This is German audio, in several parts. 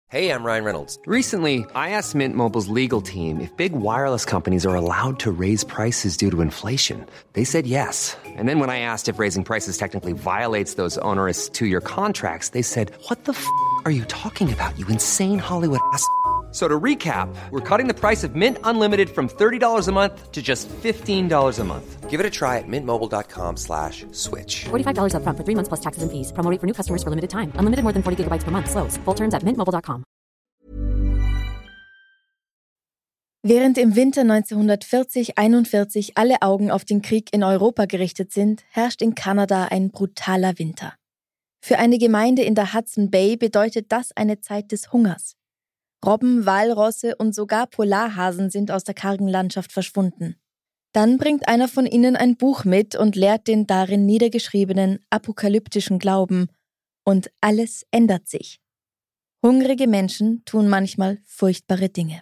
Hey, I'm Ryan Reynolds. Recently, I asked Mint Mobile's legal team if big wireless companies are allowed to raise prices due to inflation. They said yes. And then when I asked if raising prices technically violates those onerous two-year contracts, they said, "What the f*** are you talking about, you insane Hollywood ass?" So to recap, we're cutting the price of Mint Unlimited from $30 a month to just $15 a month. Give it a try at mintmobile.com/switch. $45 up front for 3 months plus taxes and fees. Promo rate for new customers for limited time. Unlimited more than 40 gigabytes per month. Slows full terms at mintmobile.com. Während im Winter 1940-41 alle Augen auf den Krieg in Europa gerichtet sind, herrscht in Kanada ein brutaler Winter. Für eine Gemeinde in der Hudson Bay bedeutet das eine Zeit des Hungers. Robben, Walrosse und sogar Polarhasen sind aus der kargen Landschaft verschwunden. Dann bringt einer von ihnen ein Buch mit und lehrt den darin niedergeschriebenen apokalyptischen Glauben. Und alles ändert sich. Hungrige Menschen tun manchmal furchtbare Dinge.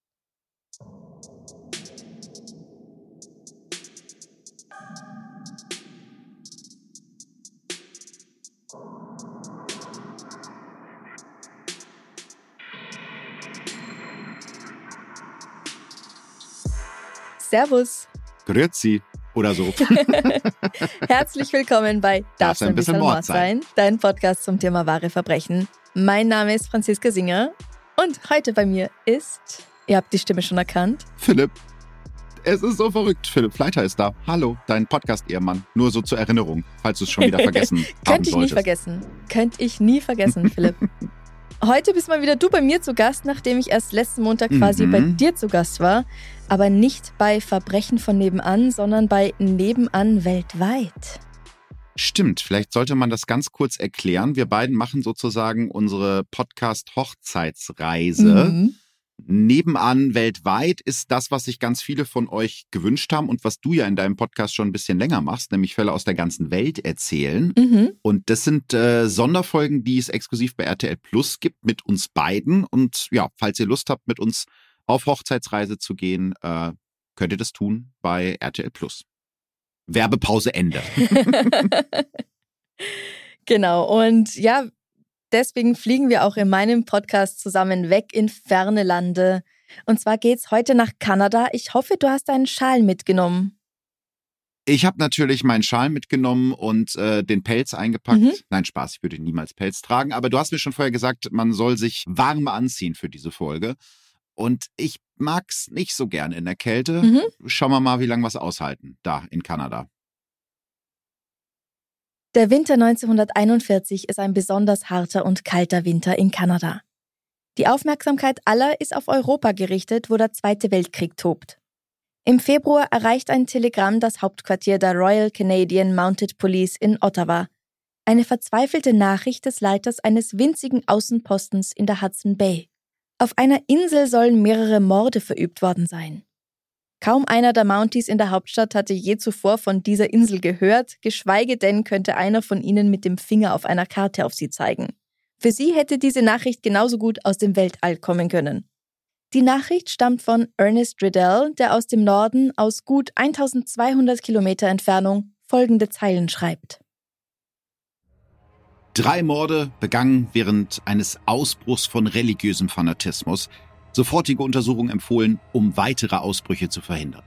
Servus. Grüezi oder so. Herzlich willkommen bei Darf's ein bisschen Mord sein? Dein Podcast zum Thema wahre Verbrechen. Mein Name ist Franziska Singer und heute bei mir ist, ihr habt die Stimme schon erkannt, Philipp. Es ist so verrückt. Philipp Fleiter ist da. Hallo, dein Podcast-Ehemann. Nur so zur Erinnerung, falls du es schon wieder vergessen haben Könnte ich nie vergessen, Philipp. Heute bist mal wieder du bei mir zu Gast, nachdem ich erst letzten Montag quasi bei dir zu Gast war. Aber nicht bei Verbrechen von nebenan, sondern bei Nebenan weltweit. Stimmt, vielleicht sollte man das ganz kurz erklären. Wir beiden machen sozusagen unsere Podcast-Hochzeitsreise. Nebenan weltweit ist das, was sich ganz viele von euch gewünscht haben und was du ja in deinem Podcast schon ein bisschen länger machst, nämlich Fälle aus der ganzen Welt erzählen. Und das sind Sonderfolgen, die es exklusiv bei RTL Plus gibt mit uns beiden. Und ja, falls ihr Lust habt, mit uns auf Hochzeitsreise zu gehen, könnt ihr das tun bei RTL Plus. Werbepause Ende. Genau, und ja, deswegen fliegen wir auch in meinem Podcast zusammen weg in ferne Lande. Und zwar geht's heute nach Kanada. Ich hoffe, du hast deinen Schal mitgenommen. Ich habe natürlich meinen Schal mitgenommen und den Pelz eingepackt. Nein, Spaß, ich würde niemals Pelz tragen. Aber du hast mir schon vorher gesagt, man soll sich warm anziehen für diese Folge. Und ich mag's nicht so gern in der Kälte. Schauen wir mal, wie lange wir es aushalten, da in Kanada. Der Winter 1941 ist ein besonders harter und kalter Winter in Kanada. Die Aufmerksamkeit aller ist auf Europa gerichtet, wo der Zweite Weltkrieg tobt. Im Februar erreicht ein Telegramm das Hauptquartier der Royal Canadian Mounted Police in Ottawa. Eine verzweifelte Nachricht des Leiters eines winzigen Außenpostens in der Hudson Bay. Auf einer Insel sollen mehrere Morde verübt worden sein. Kaum einer der Mounties in der Hauptstadt hatte je zuvor von dieser Insel gehört, geschweige denn könnte einer von ihnen mit dem Finger auf einer Karte auf sie zeigen. Für sie hätte diese Nachricht genauso gut aus dem Weltall kommen können. Die Nachricht stammt von Ernest Riddell, der aus dem Norden, aus gut 1200 Kilometer Entfernung, folgende Zeilen schreibt. 3 Morde begangen während eines Ausbruchs von religiösem Fanatismus. Sofortige Untersuchung empfohlen, um weitere Ausbrüche zu verhindern.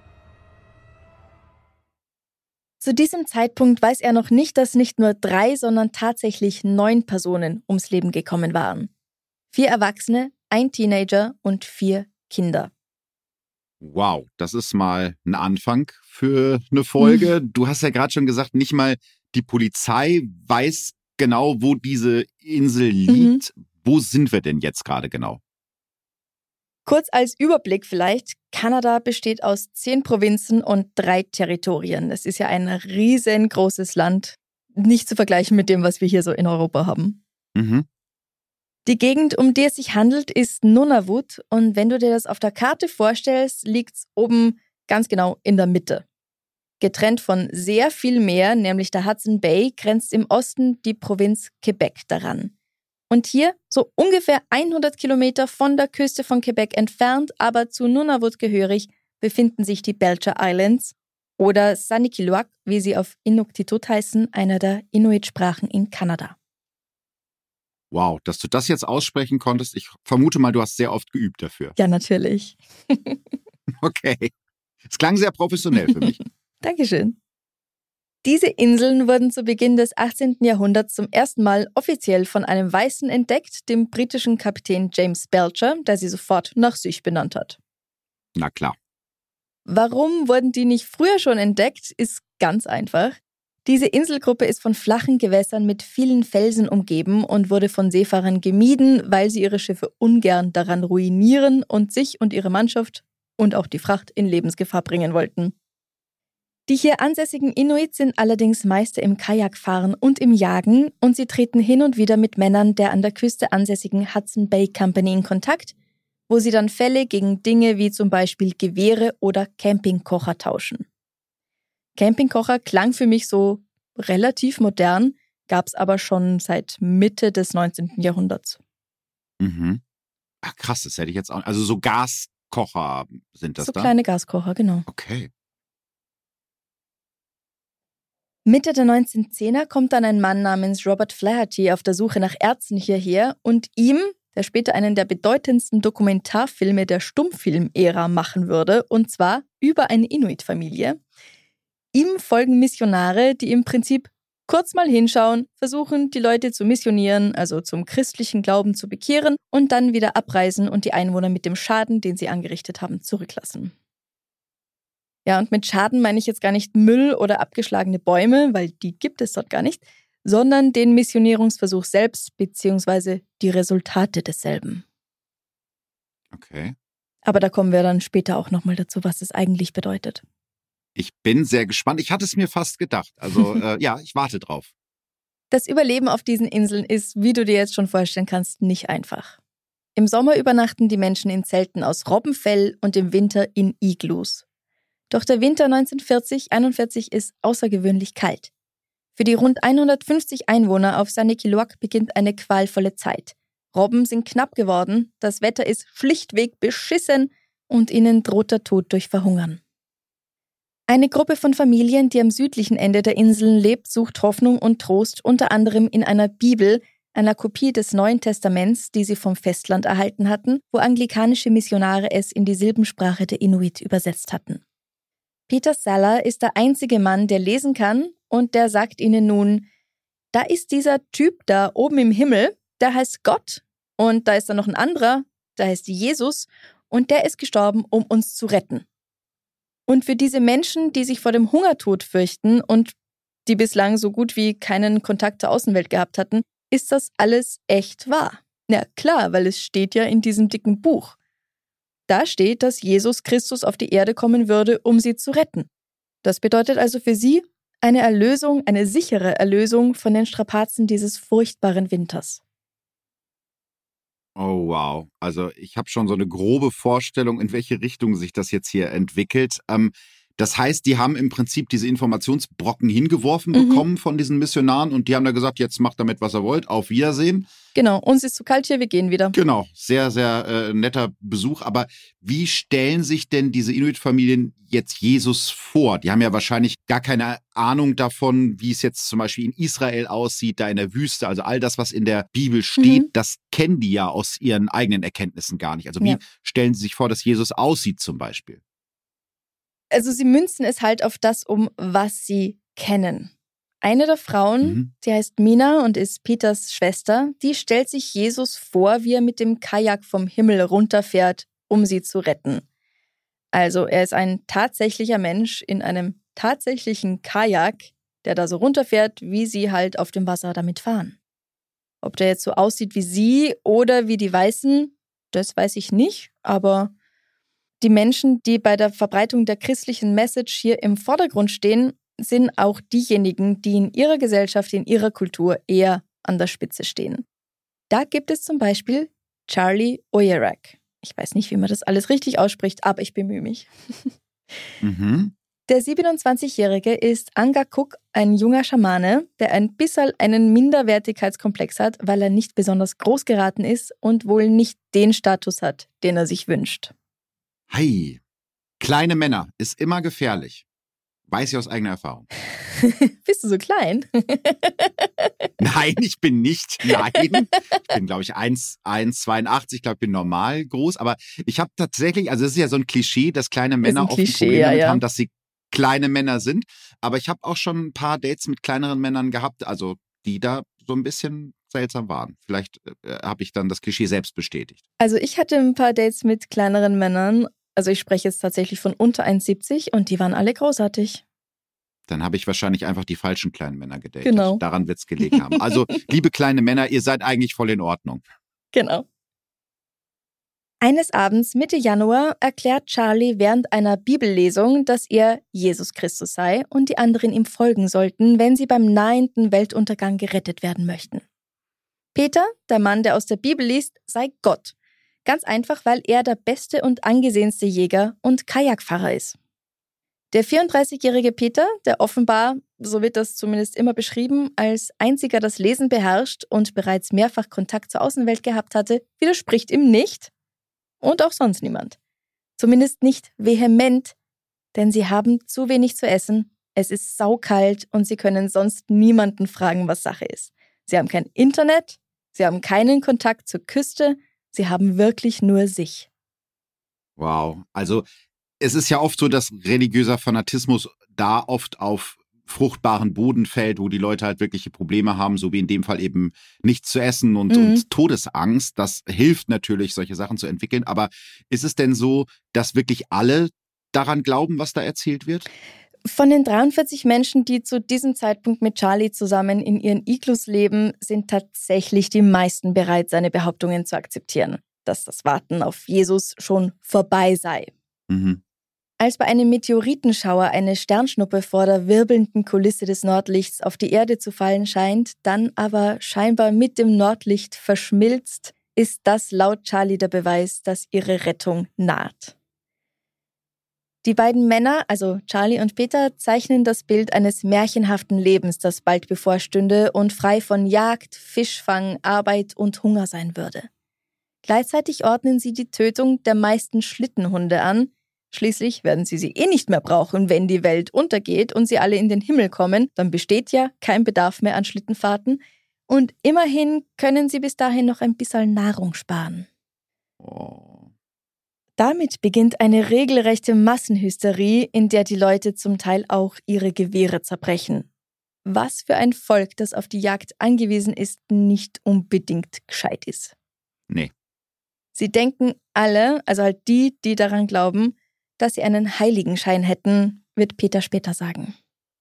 Zu diesem Zeitpunkt weiß er noch nicht, dass nicht nur 3, sondern tatsächlich 9 Personen ums Leben gekommen waren. 4 Erwachsene, 1 Teenager und 4 Kinder. Wow, das ist mal ein Anfang für eine Folge. Du hast ja gerade schon gesagt, nicht mal die Polizei weiß genau, wo diese Insel liegt. Wo sind wir denn jetzt gerade genau? Kurz als Überblick vielleicht, Kanada besteht aus 10 Provinzen und 3 Territorien. Es ist ja ein riesengroßes Land, nicht zu vergleichen mit dem, was wir hier so in Europa haben. Die Gegend, um die es sich handelt, ist Nunavut und wenn du dir das auf der Karte vorstellst, liegt es oben ganz genau in der Mitte. Getrennt von sehr viel Meer, nämlich der Hudson Bay, grenzt im Osten die Provinz Quebec daran. Und hier, so ungefähr 100 Kilometer von der Küste von Quebec entfernt, aber zu Nunavut gehörig, befinden sich die Belcher Islands oder Sanikiluaq, wie sie auf Inuktitut heißen, einer der Inuit-Sprachen in Kanada. Wow, dass du das jetzt aussprechen konntest. Ich vermute mal, du hast sehr oft geübt dafür. Ja, natürlich. Okay. Es klang sehr professionell für mich. Dankeschön. Diese Inseln wurden zu Beginn des 18. Jahrhunderts zum ersten Mal offiziell von einem Weißen entdeckt, dem britischen Kapitän James Belcher, der sie sofort nach sich benannt hat. Na klar. Warum wurden die nicht früher schon entdeckt, ist ganz einfach. Diese Inselgruppe ist von flachen Gewässern mit vielen Felsen umgeben und wurde von Seefahrern gemieden, weil sie ihre Schiffe ungern daran ruinieren und sich und ihre Mannschaft und auch die Fracht in Lebensgefahr bringen wollten. Die hier ansässigen Inuit sind allerdings Meister im Kajakfahren und im Jagen und sie treten hin und wieder mit Männern der an der Küste ansässigen Hudson Bay Company in Kontakt, wo sie dann Felle gegen Dinge wie zum Beispiel Gewehre oder Campingkocher tauschen. Campingkocher klang für mich so relativ modern, gab es aber schon seit Mitte des 19. Jahrhunderts. Mhm. Ach krass, das hätte ich jetzt auch. Also so Gaskocher sind das so da? So kleine Gaskocher, genau. Okay. Mitte der 1910er kommt dann ein Mann namens Robert Flaherty auf der Suche nach Erzen hierher und ihm, der später einen der bedeutendsten Dokumentarfilme der Stummfilm-Ära machen würde, und zwar über eine Inuit-Familie. Ihm folgen Missionare, die im Prinzip kurz mal hinschauen, versuchen, die Leute zu missionieren, also zum christlichen Glauben zu bekehren und dann wieder abreisen und die Einwohner mit dem Schaden, den sie angerichtet haben, zurücklassen. Ja, und mit Schaden meine ich jetzt gar nicht Müll oder abgeschlagene Bäume, weil die gibt es dort gar nicht, sondern den Missionierungsversuch selbst bzw. die Resultate desselben. Okay. Aber da kommen wir dann später auch nochmal dazu, was es eigentlich bedeutet. Ich bin sehr gespannt. Ich hatte es mir fast gedacht. Also ja, ich warte drauf. Das Überleben auf diesen Inseln ist, wie du dir jetzt schon vorstellen kannst, nicht einfach. Im Sommer übernachten die Menschen in Zelten aus Robbenfell und im Winter in Iglus. Doch der Winter 1940-41 ist außergewöhnlich kalt. Für die rund 150 Einwohner auf Sanikiluaq beginnt eine qualvolle Zeit. Robben sind knapp geworden, das Wetter ist schlichtweg beschissen und ihnen droht der Tod durch Verhungern. Eine Gruppe von Familien, die am südlichen Ende der Inseln lebt, sucht Hoffnung und Trost unter anderem in einer Bibel, einer Kopie des Neuen Testaments, die sie vom Festland erhalten hatten, wo anglikanische Missionare es in die Silbensprache der Inuit übersetzt hatten. Peter Saller ist der einzige Mann, der lesen kann, und der sagt ihnen nun, da ist dieser Typ da oben im Himmel, der heißt Gott, und da ist dann noch ein anderer, der heißt Jesus, und der ist gestorben, um uns zu retten. Und für diese Menschen, die sich vor dem Hungertod fürchten und die bislang so gut wie keinen Kontakt zur Außenwelt gehabt hatten, ist das alles echt wahr. Ja klar, weil es steht ja in diesem dicken Buch. Da steht, dass Jesus Christus auf die Erde kommen würde, um sie zu retten. Das bedeutet also für sie eine Erlösung, eine sichere Erlösung von den Strapazen dieses furchtbaren Winters. Oh wow, also ich habe schon so eine grobe Vorstellung, in welche Richtung sich das jetzt hier entwickelt. Das heißt, die haben im Prinzip diese Informationsbrocken hingeworfen bekommen von diesen Missionaren und die haben da gesagt, jetzt macht damit, was ihr wollt, auf Wiedersehen. Genau, uns ist zu kalt hier, wir gehen wieder. Genau, sehr, sehr netter Besuch. Aber wie stellen sich denn diese Inuit-Familien jetzt Jesus vor? Die haben ja wahrscheinlich gar keine Ahnung davon, wie es jetzt zum Beispiel in Israel aussieht, da in der Wüste. Also all das, was in der Bibel steht, das kennen die ja aus ihren eigenen Erkenntnissen gar nicht. Also wie stellen sie sich vor, dass Jesus aussieht zum Beispiel? Also sie münzen es halt auf das um, was sie kennen. Eine der Frauen, die heißt Mina und ist Peters Schwester, die stellt sich Jesus vor, wie er mit dem Kajak vom Himmel runterfährt, um sie zu retten. Also er ist ein tatsächlicher Mensch in einem tatsächlichen Kajak, der da so runterfährt, wie sie halt auf dem Wasser damit fahren. Ob der jetzt so aussieht wie sie oder wie die Weißen, das weiß ich nicht, aber die Menschen, die bei der Verbreitung der christlichen Message hier im Vordergrund stehen, sind auch diejenigen, die in ihrer Gesellschaft, in ihrer Kultur eher an der Spitze stehen. Da gibt es zum Beispiel Charlie Oyerak. Ich weiß nicht, wie man das alles richtig ausspricht, aber ich bemühe mich. Der 27-Jährige ist Angakuk, ein junger Schamane, der ein bisschen einen Minderwertigkeitskomplex hat, weil er nicht besonders groß geraten ist und wohl nicht den Status hat, den er sich wünscht. Hey, kleine Männer ist immer gefährlich. Weiß ich aus eigener Erfahrung. Bist du so klein? Nein, ich bin nicht. Nein. Ich bin, glaube ich, 1,82. Ich glaube, ich bin normal groß. Aber ich habe tatsächlich, also es ist ja so ein Klischee, dass kleine Männer oft ein Problem damit haben, dass sie kleine Männer sind. Aber ich habe auch schon ein paar Dates mit kleineren Männern gehabt, also die da so ein bisschen seltsam waren. Vielleicht habe ich dann das Klischee selbst bestätigt. Also ich hatte ein paar Dates mit kleineren Männern. Also ich spreche jetzt tatsächlich von unter 1,70 und die waren alle großartig. Dann habe ich wahrscheinlich einfach die falschen kleinen Männer gedatet. Genau. Daran wird es gelegen haben. Also, liebe kleine Männer, ihr seid eigentlich voll in Ordnung. Genau. Eines Abends Mitte Januar erklärt Charlie während einer Bibellesung, dass er Jesus Christus sei und die anderen ihm folgen sollten, wenn sie beim nahenden Weltuntergang gerettet werden möchten. Peter, der Mann, der aus der Bibel liest, sei Gott. Ganz einfach, weil er der beste und angesehenste Jäger und Kajakfahrer ist. Der 34-jährige Peter, der offenbar, so wird das zumindest immer beschrieben, als einziger das Lesen beherrscht und bereits mehrfach Kontakt zur Außenwelt gehabt hatte, widerspricht ihm nicht. Und auch sonst niemand. Zumindest nicht vehement, denn sie haben zu wenig zu essen, es ist saukalt und sie können sonst niemanden fragen, was Sache ist. Sie haben kein Internet, sie haben keinen Kontakt zur Küste, sie haben wirklich nur sich. Wow, also es ist ja oft so, dass religiöser Fanatismus da oft auf fruchtbaren Boden fällt, wo die Leute halt wirkliche Probleme haben, so wie in dem Fall eben nichts zu essen und Todesangst. Das hilft natürlich, solche Sachen zu entwickeln. Aber ist es denn so, dass wirklich alle daran glauben, was da erzählt wird? Von den 43 Menschen, die zu diesem Zeitpunkt mit Charlie zusammen in ihren Iglus leben, sind tatsächlich die meisten bereit, seine Behauptungen zu akzeptieren, dass das Warten auf Jesus schon vorbei sei. Mhm. Als bei einem Meteoritenschauer eine Sternschnuppe vor der wirbelnden Kulisse des Nordlichts auf die Erde zu fallen scheint, dann aber scheinbar mit dem Nordlicht verschmilzt, ist das laut Charlie der Beweis, dass ihre Rettung naht. Die beiden Männer, also Charlie und Peter, zeichnen das Bild eines märchenhaften Lebens, das bald bevorstünde und frei von Jagd, Fischfang, Arbeit und Hunger sein würde. Gleichzeitig ordnen sie die Tötung der meisten Schlittenhunde an. Schließlich werden sie nicht mehr brauchen, wenn die Welt untergeht und sie alle in den Himmel kommen. Dann besteht ja kein Bedarf mehr an Schlittenfahrten. Und immerhin können sie bis dahin noch ein bisschen Nahrung sparen. Oh. Damit beginnt eine regelrechte Massenhysterie, in der die Leute zum Teil auch ihre Gewehre zerbrechen. Was für ein Volk, das auf die Jagd angewiesen ist, nicht unbedingt gescheit ist. Nee. Sie denken alle, also halt die daran glauben, dass sie einen Heiligenschein hätten, wird Peter später sagen.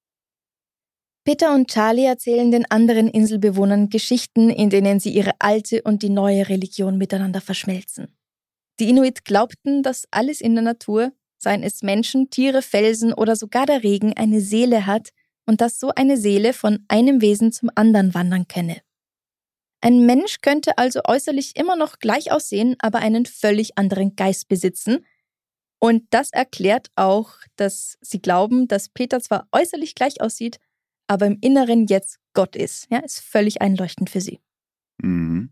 Peter und Charlie erzählen den anderen Inselbewohnern Geschichten, in denen sie ihre alte und die neue Religion miteinander verschmelzen. Die Inuit glaubten, dass alles in der Natur, seien es Menschen, Tiere, Felsen oder sogar der Regen, eine Seele hat und dass so eine Seele von einem Wesen zum anderen wandern könne. Ein Mensch könnte also äußerlich immer noch gleich aussehen, aber einen völlig anderen Geist besitzen. Und das erklärt auch, dass sie glauben, dass Peter zwar äußerlich gleich aussieht, aber im Inneren jetzt Gott ist. Ja, ist völlig einleuchtend für sie. Mhm.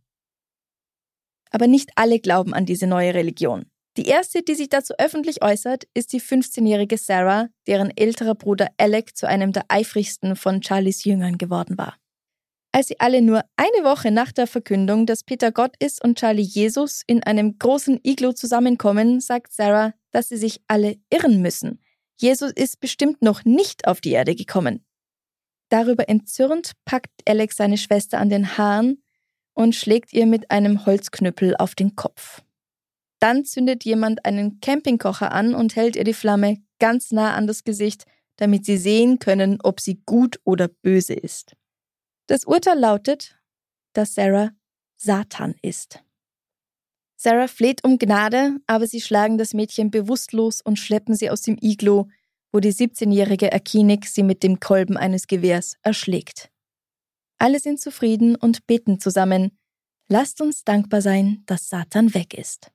Aber nicht alle glauben an diese neue Religion. Die erste, die sich dazu öffentlich äußert, ist die 15-jährige Sarah, deren älterer Bruder Alec zu einem der eifrigsten von Charlies Jüngern geworden war. Als sie alle nur eine Woche nach der Verkündung, dass Peter Gott ist und Charlie Jesus in einem großen Iglu zusammenkommen, sagt Sarah, dass sie sich alle irren müssen. Jesus ist bestimmt noch nicht auf die Erde gekommen. Darüber entzürnt packt Alec seine Schwester an den Haaren und schlägt ihr mit einem Holzknüppel auf den Kopf. Dann zündet jemand einen Campingkocher an und hält ihr die Flamme ganz nah an das Gesicht, damit sie sehen können, ob sie gut oder böse ist. Das Urteil lautet, dass Sarah Satan ist. Sarah fleht um Gnade, aber sie schlagen das Mädchen bewusstlos und schleppen sie aus dem Iglu, wo die 17-jährige Akinik sie mit dem Kolben eines Gewehrs erschlägt. Alle sind zufrieden und beten zusammen. Lasst uns dankbar sein, dass Satan weg ist.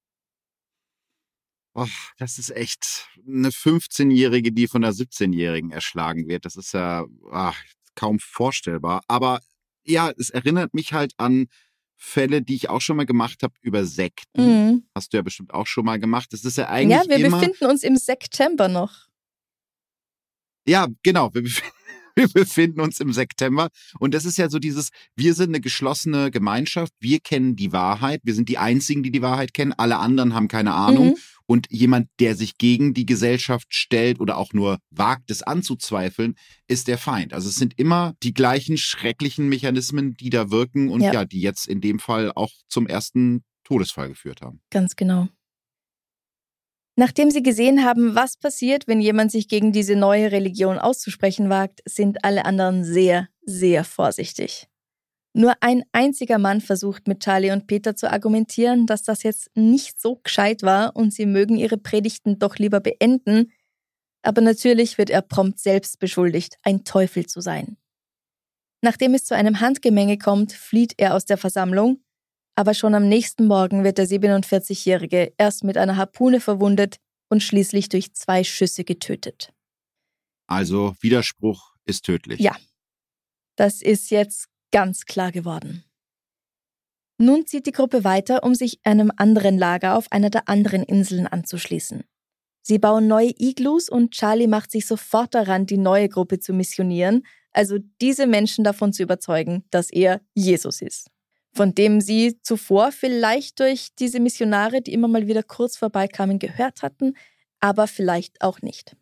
Oh, das ist echt eine 15-Jährige, die von einer 17-Jährigen erschlagen wird. Das ist ja kaum vorstellbar. Aber ja, es erinnert mich halt an Fälle, die ich auch schon mal gemacht habe über Sekten. Mhm. Hast du ja bestimmt auch schon mal gemacht. Das ist ja eigentlich Ja, wir immer... befinden uns im September noch. Ja, genau. Wir befinden uns im September und das ist ja so dieses, wir sind eine geschlossene Gemeinschaft, wir kennen die Wahrheit, wir sind die Einzigen, die die Wahrheit kennen, alle anderen haben keine Ahnung und jemand, der sich gegen die Gesellschaft stellt oder auch nur wagt, es anzuzweifeln, ist der Feind. Also es sind immer die gleichen schrecklichen Mechanismen, die da wirken und die jetzt in dem Fall auch zum ersten Todesfall geführt haben. Ganz genau. Nachdem sie gesehen haben, was passiert, wenn jemand sich gegen diese neue Religion auszusprechen wagt, sind alle anderen sehr, sehr vorsichtig. Nur ein einziger Mann versucht mit Charlie und Peter zu argumentieren, dass das jetzt nicht so gescheit war und sie mögen ihre Predigten doch lieber beenden. Aber natürlich wird er prompt selbst beschuldigt, ein Teufel zu sein. Nachdem es zu einem Handgemenge kommt, flieht er aus der Versammlung. Aber schon am nächsten Morgen wird der 47-Jährige erst mit einer Harpune verwundet und schließlich durch 2 Schüsse getötet. Also Widerspruch ist tödlich. Ja, das ist jetzt ganz klar geworden. Nun zieht die Gruppe weiter, um sich einem anderen Lager auf einer der anderen Inseln anzuschließen. Sie bauen neue Iglus und Charlie macht sich sofort daran, die neue Gruppe zu missionieren, also diese Menschen davon zu überzeugen, dass er Jesus ist. Von dem sie zuvor vielleicht durch diese Missionare, die immer mal wieder kurz vorbeikamen, gehört hatten, aber vielleicht auch nicht.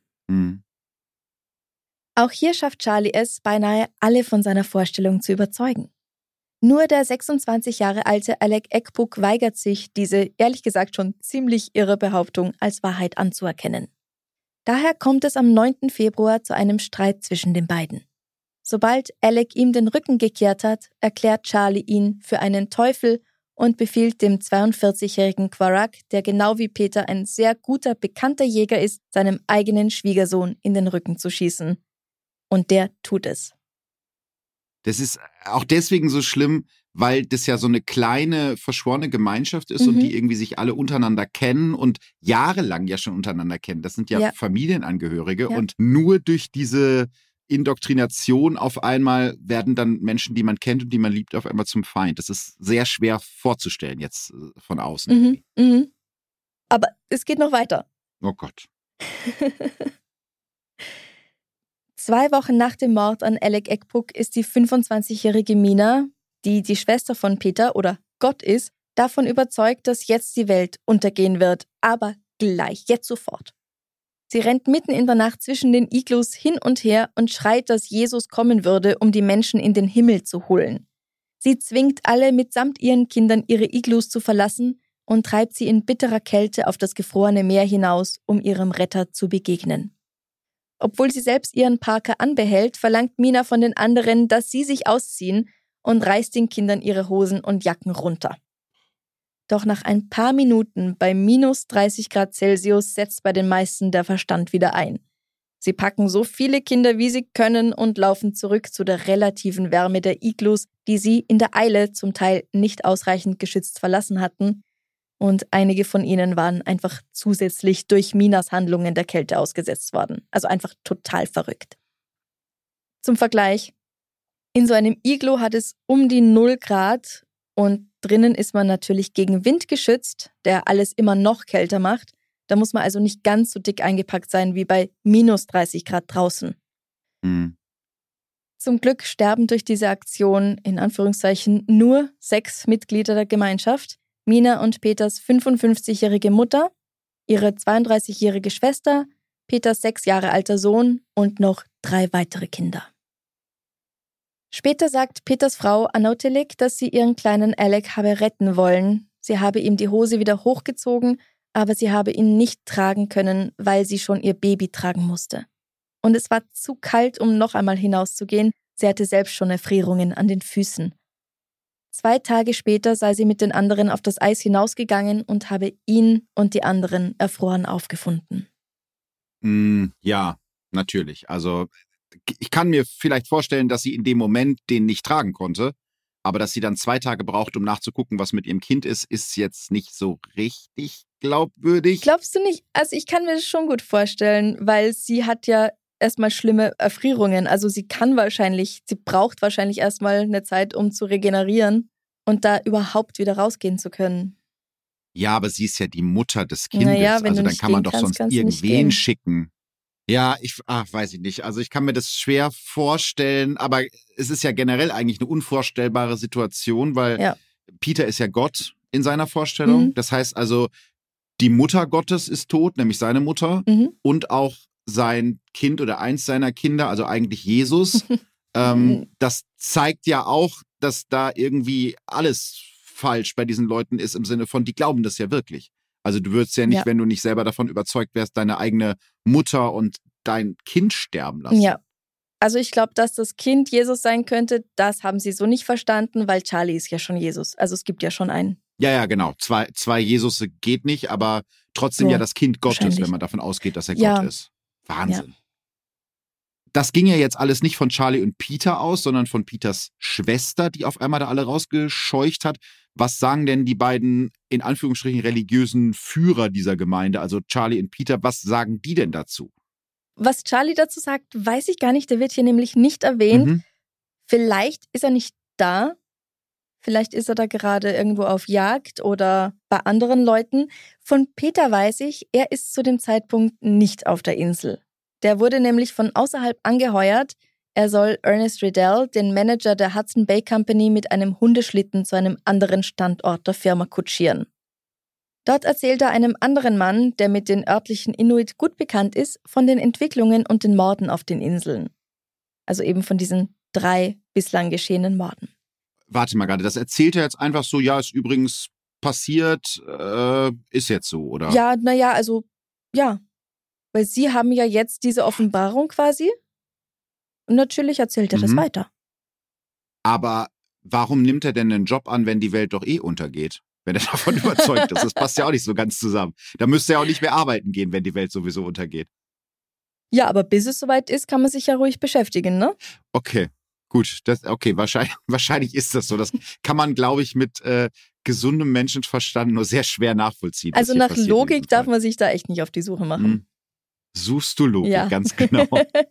Auch hier schafft Charlie es, beinahe alle von seiner Vorstellung zu überzeugen. Nur der 26 Jahre alte Alec Ekbuk weigert sich, diese ehrlich gesagt schon ziemlich irre Behauptung als Wahrheit anzuerkennen. Daher kommt es am 9. Februar zu einem Streit zwischen den beiden. Sobald Alec ihm den Rücken gekehrt hat, erklärt Charlie ihn für einen Teufel und befiehlt dem 42-jährigen Quarak, der genau wie Peter ein sehr guter, bekannter Jäger ist, seinem eigenen Schwiegersohn in den Rücken zu schießen. Und der tut es. Das ist auch deswegen so schlimm, weil das ja so eine kleine, verschworene Gemeinschaft ist und die irgendwie sich alle untereinander kennen und jahrelang ja schon untereinander kennen. Das sind ja Familienangehörige und nur durch diese Indoktrination auf einmal werden dann Menschen, die man kennt und die man liebt, auf einmal zum Feind. Das ist sehr schwer vorzustellen jetzt von außen. Aber es geht noch weiter. Oh Gott. 2 Wochen nach dem Mord an Alec Ekbuk ist die 25-jährige Mina, die die Schwester von Peter oder Gott ist, davon überzeugt, dass jetzt die Welt untergehen wird. Aber gleich, jetzt sofort. Sie rennt mitten in der Nacht zwischen den Iglus hin und her und schreit, dass Jesus kommen würde, um die Menschen in den Himmel zu holen. Sie zwingt alle mitsamt ihren Kindern ihre Iglus zu verlassen und treibt sie in bitterer Kälte auf das gefrorene Meer hinaus, um ihrem Retter zu begegnen. Obwohl sie selbst ihren Parker anbehält, verlangt Mina von den anderen, dass sie sich ausziehen und reißt den Kindern ihre Hosen und Jacken runter. Doch nach ein paar Minuten bei minus 30 Grad Celsius setzt bei den meisten der Verstand wieder ein. Sie packen so viele Kinder, wie sie können und laufen zurück zu der relativen Wärme der Iglus, die sie in der Eile zum Teil nicht ausreichend geschützt verlassen hatten. Und einige von ihnen waren einfach zusätzlich durch Minas Handlungen der Kälte ausgesetzt worden. Also einfach total verrückt. Zum Vergleich, in so einem Iglu hat es um die 0 Grad und drinnen ist man natürlich gegen Wind geschützt, der alles immer noch kälter macht. Da muss man also nicht ganz so dick eingepackt sein wie bei minus 30 Grad draußen. Zum Glück sterben durch diese Aktion, in Anführungszeichen, nur 6 Mitglieder der Gemeinschaft. Mina und Peters 55-jährige Mutter, ihre 32-jährige Schwester, Peters 6 Jahre alter Sohn und noch 3 weitere Kinder. Später sagt Peters Frau Anautelik, dass sie ihren kleinen Alec habe retten wollen. Sie habe ihm die Hose wieder hochgezogen, aber sie habe ihn nicht tragen können, weil sie schon ihr Baby tragen musste. Und es war zu kalt, um noch einmal hinauszugehen. Sie hatte selbst schon Erfrierungen an den Füßen. 2 Tage später sei sie mit den anderen auf das Eis hinausgegangen und habe ihn und die anderen erfroren aufgefunden. Ja, natürlich. Also ich kann mir vielleicht vorstellen, dass sie in dem Moment den nicht tragen konnte, aber dass sie dann 2 Tage braucht, um nachzugucken, was mit ihrem Kind ist jetzt nicht so richtig glaubwürdig. Glaubst du nicht? Also ich kann mir das schon gut vorstellen, weil sie hat ja erstmal schlimme Erfrierungen. Also sie braucht wahrscheinlich erstmal eine Zeit, um zu regenerieren und da überhaupt wieder rausgehen zu können. Ja, aber sie ist ja die Mutter des Kindes. Naja, wenn also du dann nicht kann man gehen doch kannst, sonst irgendwen schicken. Ja, weiß ich nicht. Also ich kann mir das schwer vorstellen, aber es ist ja generell eigentlich eine unvorstellbare Situation, weil Peter ist ja Gott in seiner Vorstellung. Mhm. Das heißt also, die Mutter Gottes ist tot, nämlich seine Mutter und auch sein Kind oder eins seiner Kinder, also eigentlich Jesus. Das zeigt ja auch, dass da irgendwie alles falsch bei diesen Leuten ist im Sinne von, die glauben das ja wirklich. Also du würdest ja nicht, wenn du nicht selber davon überzeugt wärst, deine eigene Mutter und dein Kind sterben lassen. Ja, also ich glaube, dass das Kind Jesus sein könnte, das haben sie so nicht verstanden, weil Charlie ist ja schon Jesus. Also es gibt ja schon einen. Ja, genau. Zwei Jesus geht nicht, aber trotzdem ja das Kind Gottes, wenn man davon ausgeht, dass er Gott ist. Wahnsinn. Ja. Das ging ja jetzt alles nicht von Charlie und Peter aus, sondern von Peters Schwester, die auf einmal da alle rausgescheucht hat. Was sagen denn die beiden, in Anführungsstrichen, religiösen Führer dieser Gemeinde, also Charlie und Peter, was sagen die denn dazu? Was Charlie dazu sagt, weiß ich gar nicht. Der wird hier nämlich nicht erwähnt. Mhm. Vielleicht ist er nicht da. Vielleicht ist er da gerade irgendwo auf Jagd oder bei anderen Leuten. Von Peter weiß ich, er ist zu dem Zeitpunkt nicht auf der Insel. Der wurde nämlich von außerhalb angeheuert. Er soll Ernest Riddell, den Manager der Hudson Bay Company, mit einem Hundeschlitten zu einem anderen Standort der Firma kutschieren. Dort erzählt er einem anderen Mann, der mit den örtlichen Inuit gut bekannt ist, von den Entwicklungen und den Morden auf den Inseln. Also eben von diesen 3 bislang geschehenen Morden. Warte mal gerade, das erzählt er jetzt einfach so, ja, ist übrigens passiert, ist jetzt so, oder? Ja, ja. Weil sie haben ja jetzt diese Offenbarung quasi. Und natürlich erzählt er das weiter. Aber warum nimmt er denn einen Job an, wenn die Welt doch untergeht? Wenn er davon überzeugt ist. Das passt ja auch nicht so ganz zusammen. Da müsste er auch nicht mehr arbeiten gehen, wenn die Welt sowieso untergeht. Ja, aber bis es soweit ist, kann man sich ja ruhig beschäftigen, ne? Okay, gut. Wahrscheinlich ist das so. Das kann man, glaube ich, mit gesundem Menschenverstand nur sehr schwer nachvollziehen. Also nach Logik darf man sich da echt nicht auf die Suche machen. Suchst du Logik, ganz genau.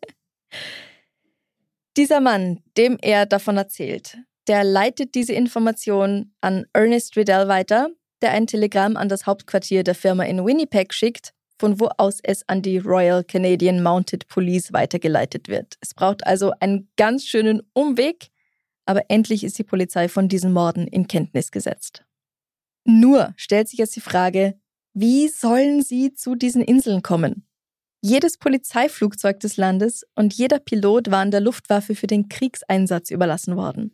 Dieser Mann, dem er davon erzählt, der leitet diese Information an Ernest Riddell weiter, der ein Telegramm an das Hauptquartier der Firma in Winnipeg schickt, von wo aus es an die Royal Canadian Mounted Police weitergeleitet wird. Es braucht also einen ganz schönen Umweg, aber endlich ist die Polizei von diesen Morden in Kenntnis gesetzt. Nur stellt sich jetzt die Frage, wie sollen sie zu diesen Inseln kommen? Jedes Polizeiflugzeug des Landes und jeder Pilot waren der Luftwaffe für den Kriegseinsatz überlassen worden.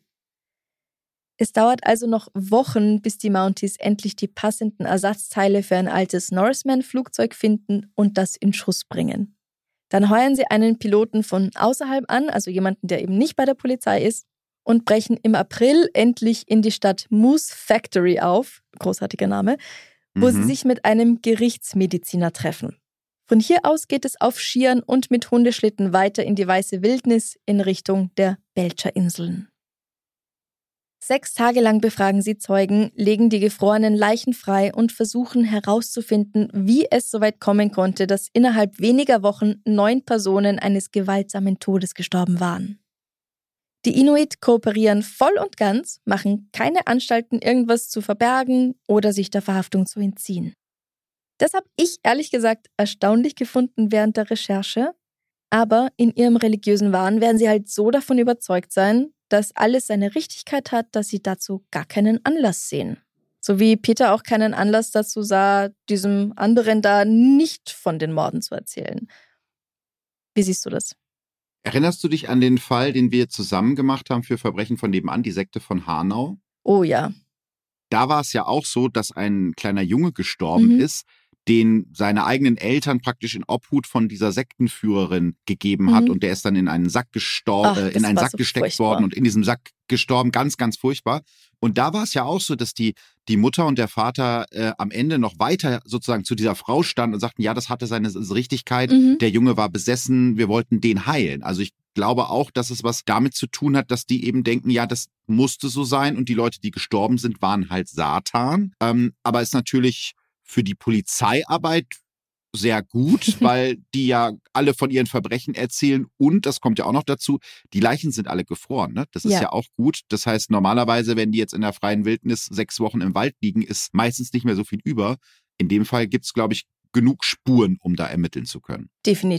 Es dauert also noch Wochen, bis die Mounties endlich die passenden Ersatzteile für ein altes Norseman-Flugzeug finden und das in Schuss bringen. Dann heuern sie einen Piloten von außerhalb an, also jemanden, der eben nicht bei der Polizei ist, und brechen im April endlich in die Stadt Moose Factory auf, großartiger Name, wo sie sich mit einem Gerichtsmediziner treffen. Von hier aus geht es auf Skiern und mit Hundeschlitten weiter in die weiße Wildnis in Richtung der Belcher-Inseln. 6 Tage lang befragen sie Zeugen, legen die gefrorenen Leichen frei und versuchen herauszufinden, wie es soweit kommen konnte, dass innerhalb weniger Wochen 9 Personen eines gewaltsamen Todes gestorben waren. Die Inuit kooperieren voll und ganz, machen keine Anstalten, irgendwas zu verbergen oder sich der Verhaftung zu entziehen. Das habe ich ehrlich gesagt erstaunlich gefunden während der Recherche. Aber in ihrem religiösen Wahn werden sie halt so davon überzeugt sein, dass alles seine Richtigkeit hat, dass sie dazu gar keinen Anlass sehen. So wie Peter auch keinen Anlass dazu sah, diesem anderen da nicht von den Morden zu erzählen. Wie siehst du das? Erinnerst du dich an den Fall, den wir zusammen gemacht haben für Verbrechen von nebenan, die Sekte von Hanau? Oh ja. Da war es ja auch so, dass ein kleiner Junge gestorben ist, den seine eigenen Eltern praktisch in Obhut von dieser Sektenführerin gegeben hat und der ist dann in einen Sack gesteckt worden und in diesem Sack gestorben, ganz, ganz furchtbar. Und da war es ja auch so, dass die Mutter und der Vater am Ende noch weiter sozusagen zu dieser Frau standen und sagten, ja, das hatte seine Richtigkeit, der Junge war besessen, wir wollten den heilen. Also ich glaube auch, dass es was damit zu tun hat, dass die eben denken, ja, das musste so sein und die Leute, die gestorben sind, waren halt Satan. Aber ist natürlich für die Polizeiarbeit sehr gut, weil die ja alle von ihren Verbrechen erzählen und, das kommt ja auch noch dazu, die Leichen sind alle gefroren. Ne? Das ist ja auch gut. Das heißt, normalerweise, wenn die jetzt in der freien Wildnis 6 Wochen im Wald liegen, ist meistens nicht mehr so viel über. In dem Fall gibt es, glaube ich, genug Spuren, um da ermitteln zu können. Definitiv.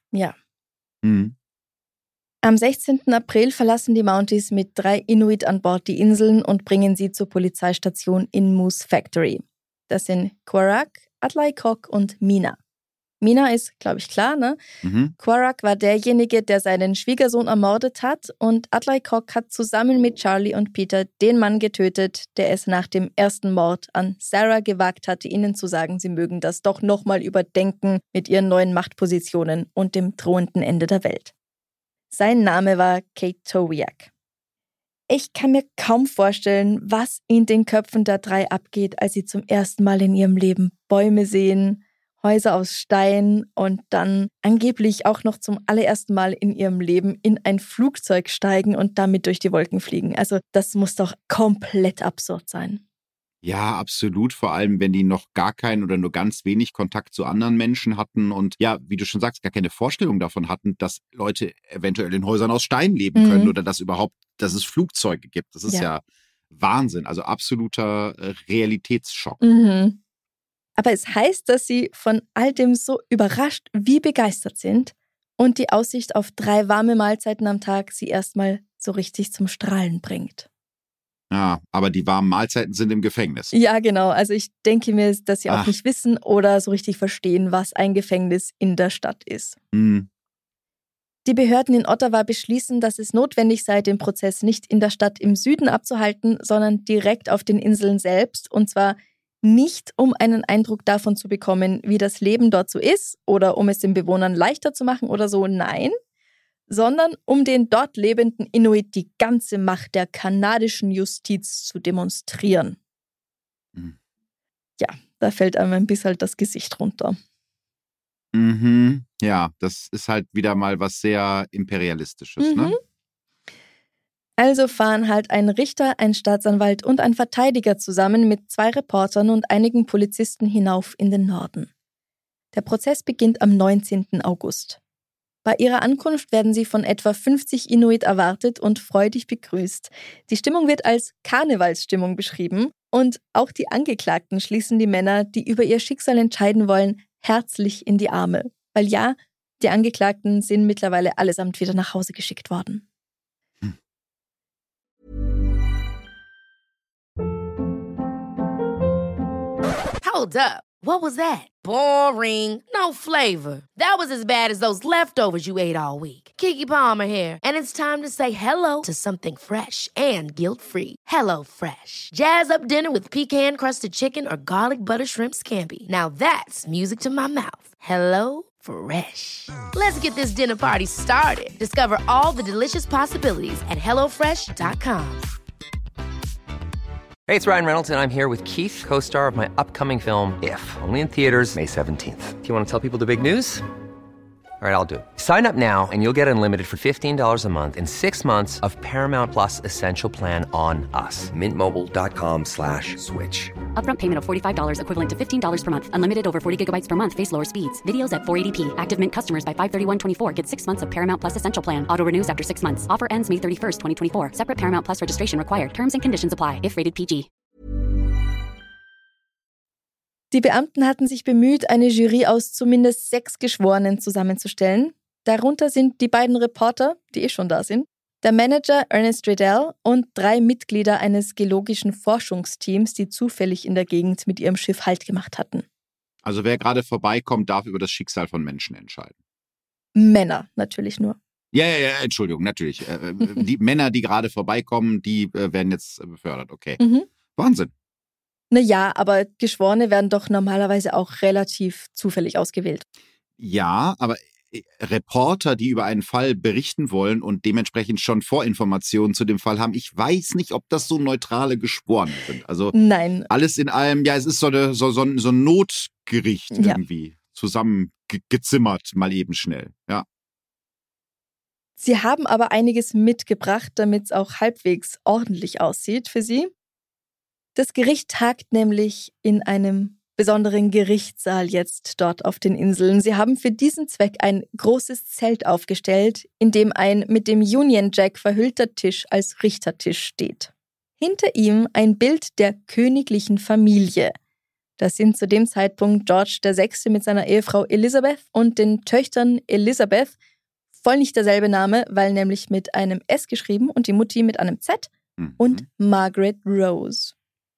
Ja. Mhm. Am 16. April verlassen die Mounties mit 3 Inuit an Bord die Inseln und bringen sie zur Polizeistation in Moose Factory. Das sind Quarak, Atlaikok und Mina. Mina ist, glaube ich, klar, ne? Mhm. Quarak war derjenige, der seinen Schwiegersohn ermordet hat, und Atlaikok hat zusammen mit Charlie und Peter den Mann getötet, der es nach dem ersten Mord an Sarah gewagt hatte, ihnen zu sagen, sie mögen das doch nochmal überdenken mit ihren neuen Machtpositionen und dem drohenden Ende der Welt. Sein Name war Kate Towiak. Ich kann mir kaum vorstellen, was in den Köpfen der 3 abgeht, als sie zum ersten Mal in ihrem Leben Bäume sehen, Häuser aus Stein und dann angeblich auch noch zum allerersten Mal in ihrem Leben in ein Flugzeug steigen und damit durch die Wolken fliegen. Also das muss doch komplett absurd sein. Ja, absolut. Vor allem, wenn die noch gar keinen oder nur ganz wenig Kontakt zu anderen Menschen hatten und ja, wie du schon sagst, gar keine Vorstellung davon hatten, dass Leute eventuell in Häusern aus Stein leben können oder dass es Flugzeuge gibt. Das ist ja Wahnsinn. Also absoluter Realitätsschock. Mhm. Aber es heißt, dass sie von all dem so überrascht wie begeistert sind und die Aussicht auf 3 warme Mahlzeiten am Tag sie erstmal so richtig zum Strahlen bringt. Ja, aber die warmen Mahlzeiten sind im Gefängnis. Ja, genau. Also ich denke mir, dass sie auch nicht wissen oder so richtig verstehen, was ein Gefängnis in der Stadt ist. Mhm. Die Behörden in Ottawa beschließen, dass es notwendig sei, den Prozess nicht in der Stadt im Süden abzuhalten, sondern direkt auf den Inseln selbst. Und zwar nicht, um einen Eindruck davon zu bekommen, wie das Leben dort so ist oder um es den Bewohnern leichter zu machen oder so, nein, sondern um den dort lebenden Inuit die ganze Macht der kanadischen Justiz zu demonstrieren. Mhm. Ja, da fällt einem ein bisschen halt das Gesicht runter. Mhm. Ja, das ist halt wieder mal was sehr Imperialistisches, ne? Also fahren halt ein Richter, ein Staatsanwalt und ein Verteidiger zusammen mit 2 Reportern und einigen Polizisten hinauf in den Norden. Der Prozess beginnt am 19. August. Bei ihrer Ankunft werden sie von etwa 50 Inuit erwartet und freudig begrüßt. Die Stimmung wird als Karnevalsstimmung beschrieben und auch die Angeklagten schließen die Männer, die über ihr Schicksal entscheiden wollen, herzlich in die Arme. Weil ja, die Angeklagten sind mittlerweile allesamt wieder nach Hause geschickt worden. Hold up. What was that? Boring. No flavor. That was as bad as those leftovers you ate all week. Keke Palmer here, and it's time to say hello to something fresh and guilt-free. HelloFresh. Jazz up dinner with pecan-crusted chicken or garlic butter shrimp scampi. Now that's music to my mouth. HelloFresh. Let's get this dinner party started. Discover all the delicious possibilities at HelloFresh.com. Hey, it's Ryan Reynolds, and I'm here with Keith, co-star of my upcoming film, If, only in theaters May 17th. Do you want to tell people the big news? All right, I'll do it. Sign up now and you'll get unlimited for $15 a month and 6 months of Paramount Plus Essential Plan on us. mintmobile.com/switch. Upfront payment of $45 equivalent to $15 per month. Unlimited over 40 gigabytes per month. Face lower speeds. Videos at 480p. Active Mint customers by 531.24 get 6 months of Paramount Plus Essential Plan. Auto renews after 6 months. Offer ends May 31st, 2024. Separate Paramount Plus registration required. Terms and conditions apply if rated PG. Die Beamten hatten sich bemüht, eine Jury aus zumindest 6 Geschworenen zusammenzustellen. Darunter sind die beiden Reporter, die schon da sind, der Manager Ernest Riddell und 3 Mitglieder eines geologischen Forschungsteams, die zufällig in der Gegend mit ihrem Schiff Halt gemacht hatten. Also wer gerade vorbeikommt, darf über das Schicksal von Menschen entscheiden. Männer natürlich nur. Ja, Entschuldigung, natürlich. Die Männer, die gerade vorbeikommen, die werden jetzt befördert, okay. Wahnsinn. Naja, aber Geschworene werden doch normalerweise auch relativ zufällig ausgewählt. Ja, aber Reporter, die über einen Fall berichten wollen und dementsprechend schon Vorinformationen zu dem Fall haben, ich weiß nicht, ob das so neutrale Geschworene sind. Also Nein. Alles in allem, ja, es ist so ein Notgericht irgendwie zusammengezimmert, mal eben schnell, ja. Sie haben aber einiges mitgebracht, damit es auch halbwegs ordentlich aussieht für sie. Das Gericht tagt nämlich in einem besonderen Gerichtssaal jetzt dort auf den Inseln. Sie haben für diesen Zweck ein großes Zelt aufgestellt, in dem ein mit dem Union Jack verhüllter Tisch als Richtertisch steht. Hinter ihm ein Bild der königlichen Familie. Das sind zu dem Zeitpunkt George VI. Mit seiner Ehefrau Elizabeth und den Töchtern Elizabeth, voll nicht derselbe Name, weil nämlich mit einem S geschrieben und die Mutti mit einem Z, und Margaret Rose.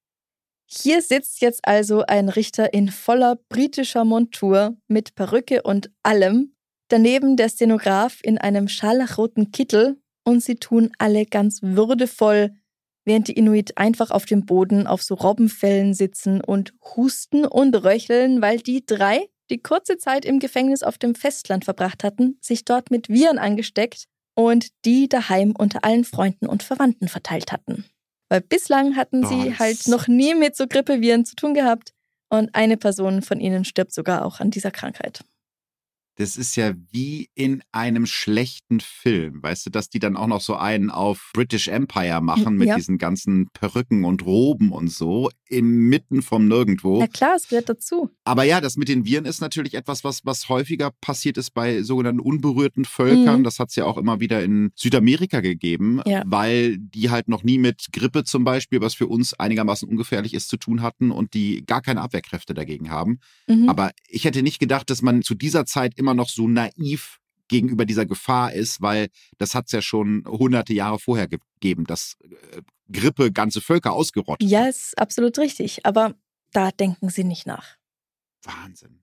Hier sitzt jetzt also ein Richter in voller britischer Montur mit Perücke und allem, daneben der Stenograf in einem scharlachroten Kittel, und sie tun alle ganz würdevoll, während die Inuit einfach auf dem Boden auf so Robbenfellen sitzen und husten und röcheln, weil die 3, die kurze Zeit im Gefängnis auf dem Festland verbracht hatten, sich dort mit Viren angesteckt und die daheim unter allen Freunden und Verwandten verteilt hatten. Weil bislang hatten sie halt noch nie mit so Grippeviren zu tun gehabt und eine Person von ihnen stirbt sogar auch an dieser Krankheit. Das ist ja wie in einem schlechten Film, weißt du, dass die dann auch noch so einen auf British Empire machen mit diesen ganzen Perücken und Roben und so, inmitten vom Nirgendwo. Na klar, es gehört dazu. Aber ja, das mit den Viren ist natürlich etwas, was häufiger passiert ist bei sogenannten unberührten Völkern. Das hat es ja auch immer wieder in Südamerika gegeben, weil die halt noch nie mit Grippe zum Beispiel, was für uns einigermaßen ungefährlich ist, zu tun hatten und die gar keine Abwehrkräfte dagegen haben. Aber ich hätte nicht gedacht, dass man zu dieser Zeit immer noch so naiv gegenüber dieser Gefahr ist, weil das hat es ja schon hunderte Jahre vorher gegeben, dass Grippe ganze Völker ausgerottet hat. Ja, ist absolut richtig, aber da denken sie nicht nach. Wahnsinn.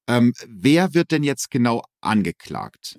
Wer wird denn jetzt genau angeklagt?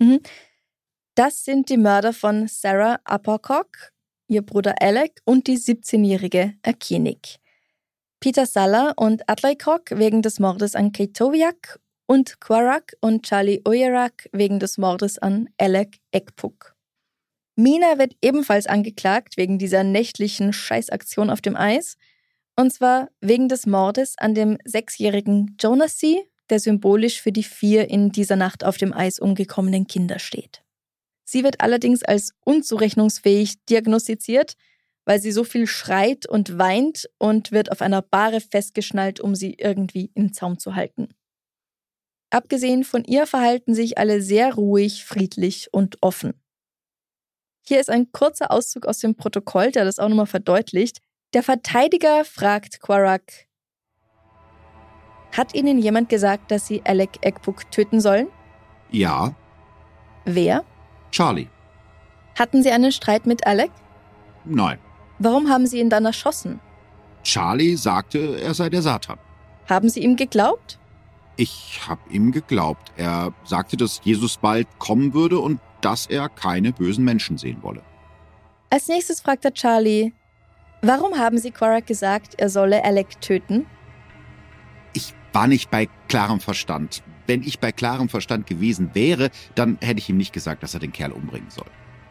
Das sind die Mörder von Sarah Appocock, ihr Bruder Alec und die 17-jährige Akinik. Peter Salla und Atlaycock wegen des Mordes an Keetowiak und Quarak und Charlie Oyerak wegen des Mordes an Alec Ekpuk. Mina wird ebenfalls angeklagt wegen dieser nächtlichen Scheißaktion auf dem Eis, und zwar wegen des Mordes an dem 6-jährigen Jonasy, der symbolisch für die 4 in dieser Nacht auf dem Eis umgekommenen Kinder steht. Sie wird allerdings als unzurechnungsfähig diagnostiziert, weil sie so viel schreit und weint, und wird auf einer Bahre festgeschnallt, um sie irgendwie im Zaum zu halten. Abgesehen von ihr verhalten sich alle sehr ruhig, friedlich und offen. Hier ist ein kurzer Auszug aus dem Protokoll, der das auch nochmal verdeutlicht. Der Verteidiger fragt Quarak: Hat Ihnen jemand gesagt, dass Sie Alec Ekpuk töten sollen? Ja. Wer? Charlie. Hatten Sie einen Streit mit Alec? Nein. Warum haben Sie ihn dann erschossen? Charlie sagte, er sei der Satan. Haben Sie ihm geglaubt? Ich habe ihm geglaubt. Er sagte, dass Jesus bald kommen würde und dass er keine bösen Menschen sehen wolle. Als nächstes fragt er Charlie: Warum haben Sie Quarak gesagt, er solle Alec töten? Ich war nicht bei klarem Verstand. Wenn ich bei klarem Verstand gewesen wäre, dann hätte ich ihm nicht gesagt, dass er den Kerl umbringen soll.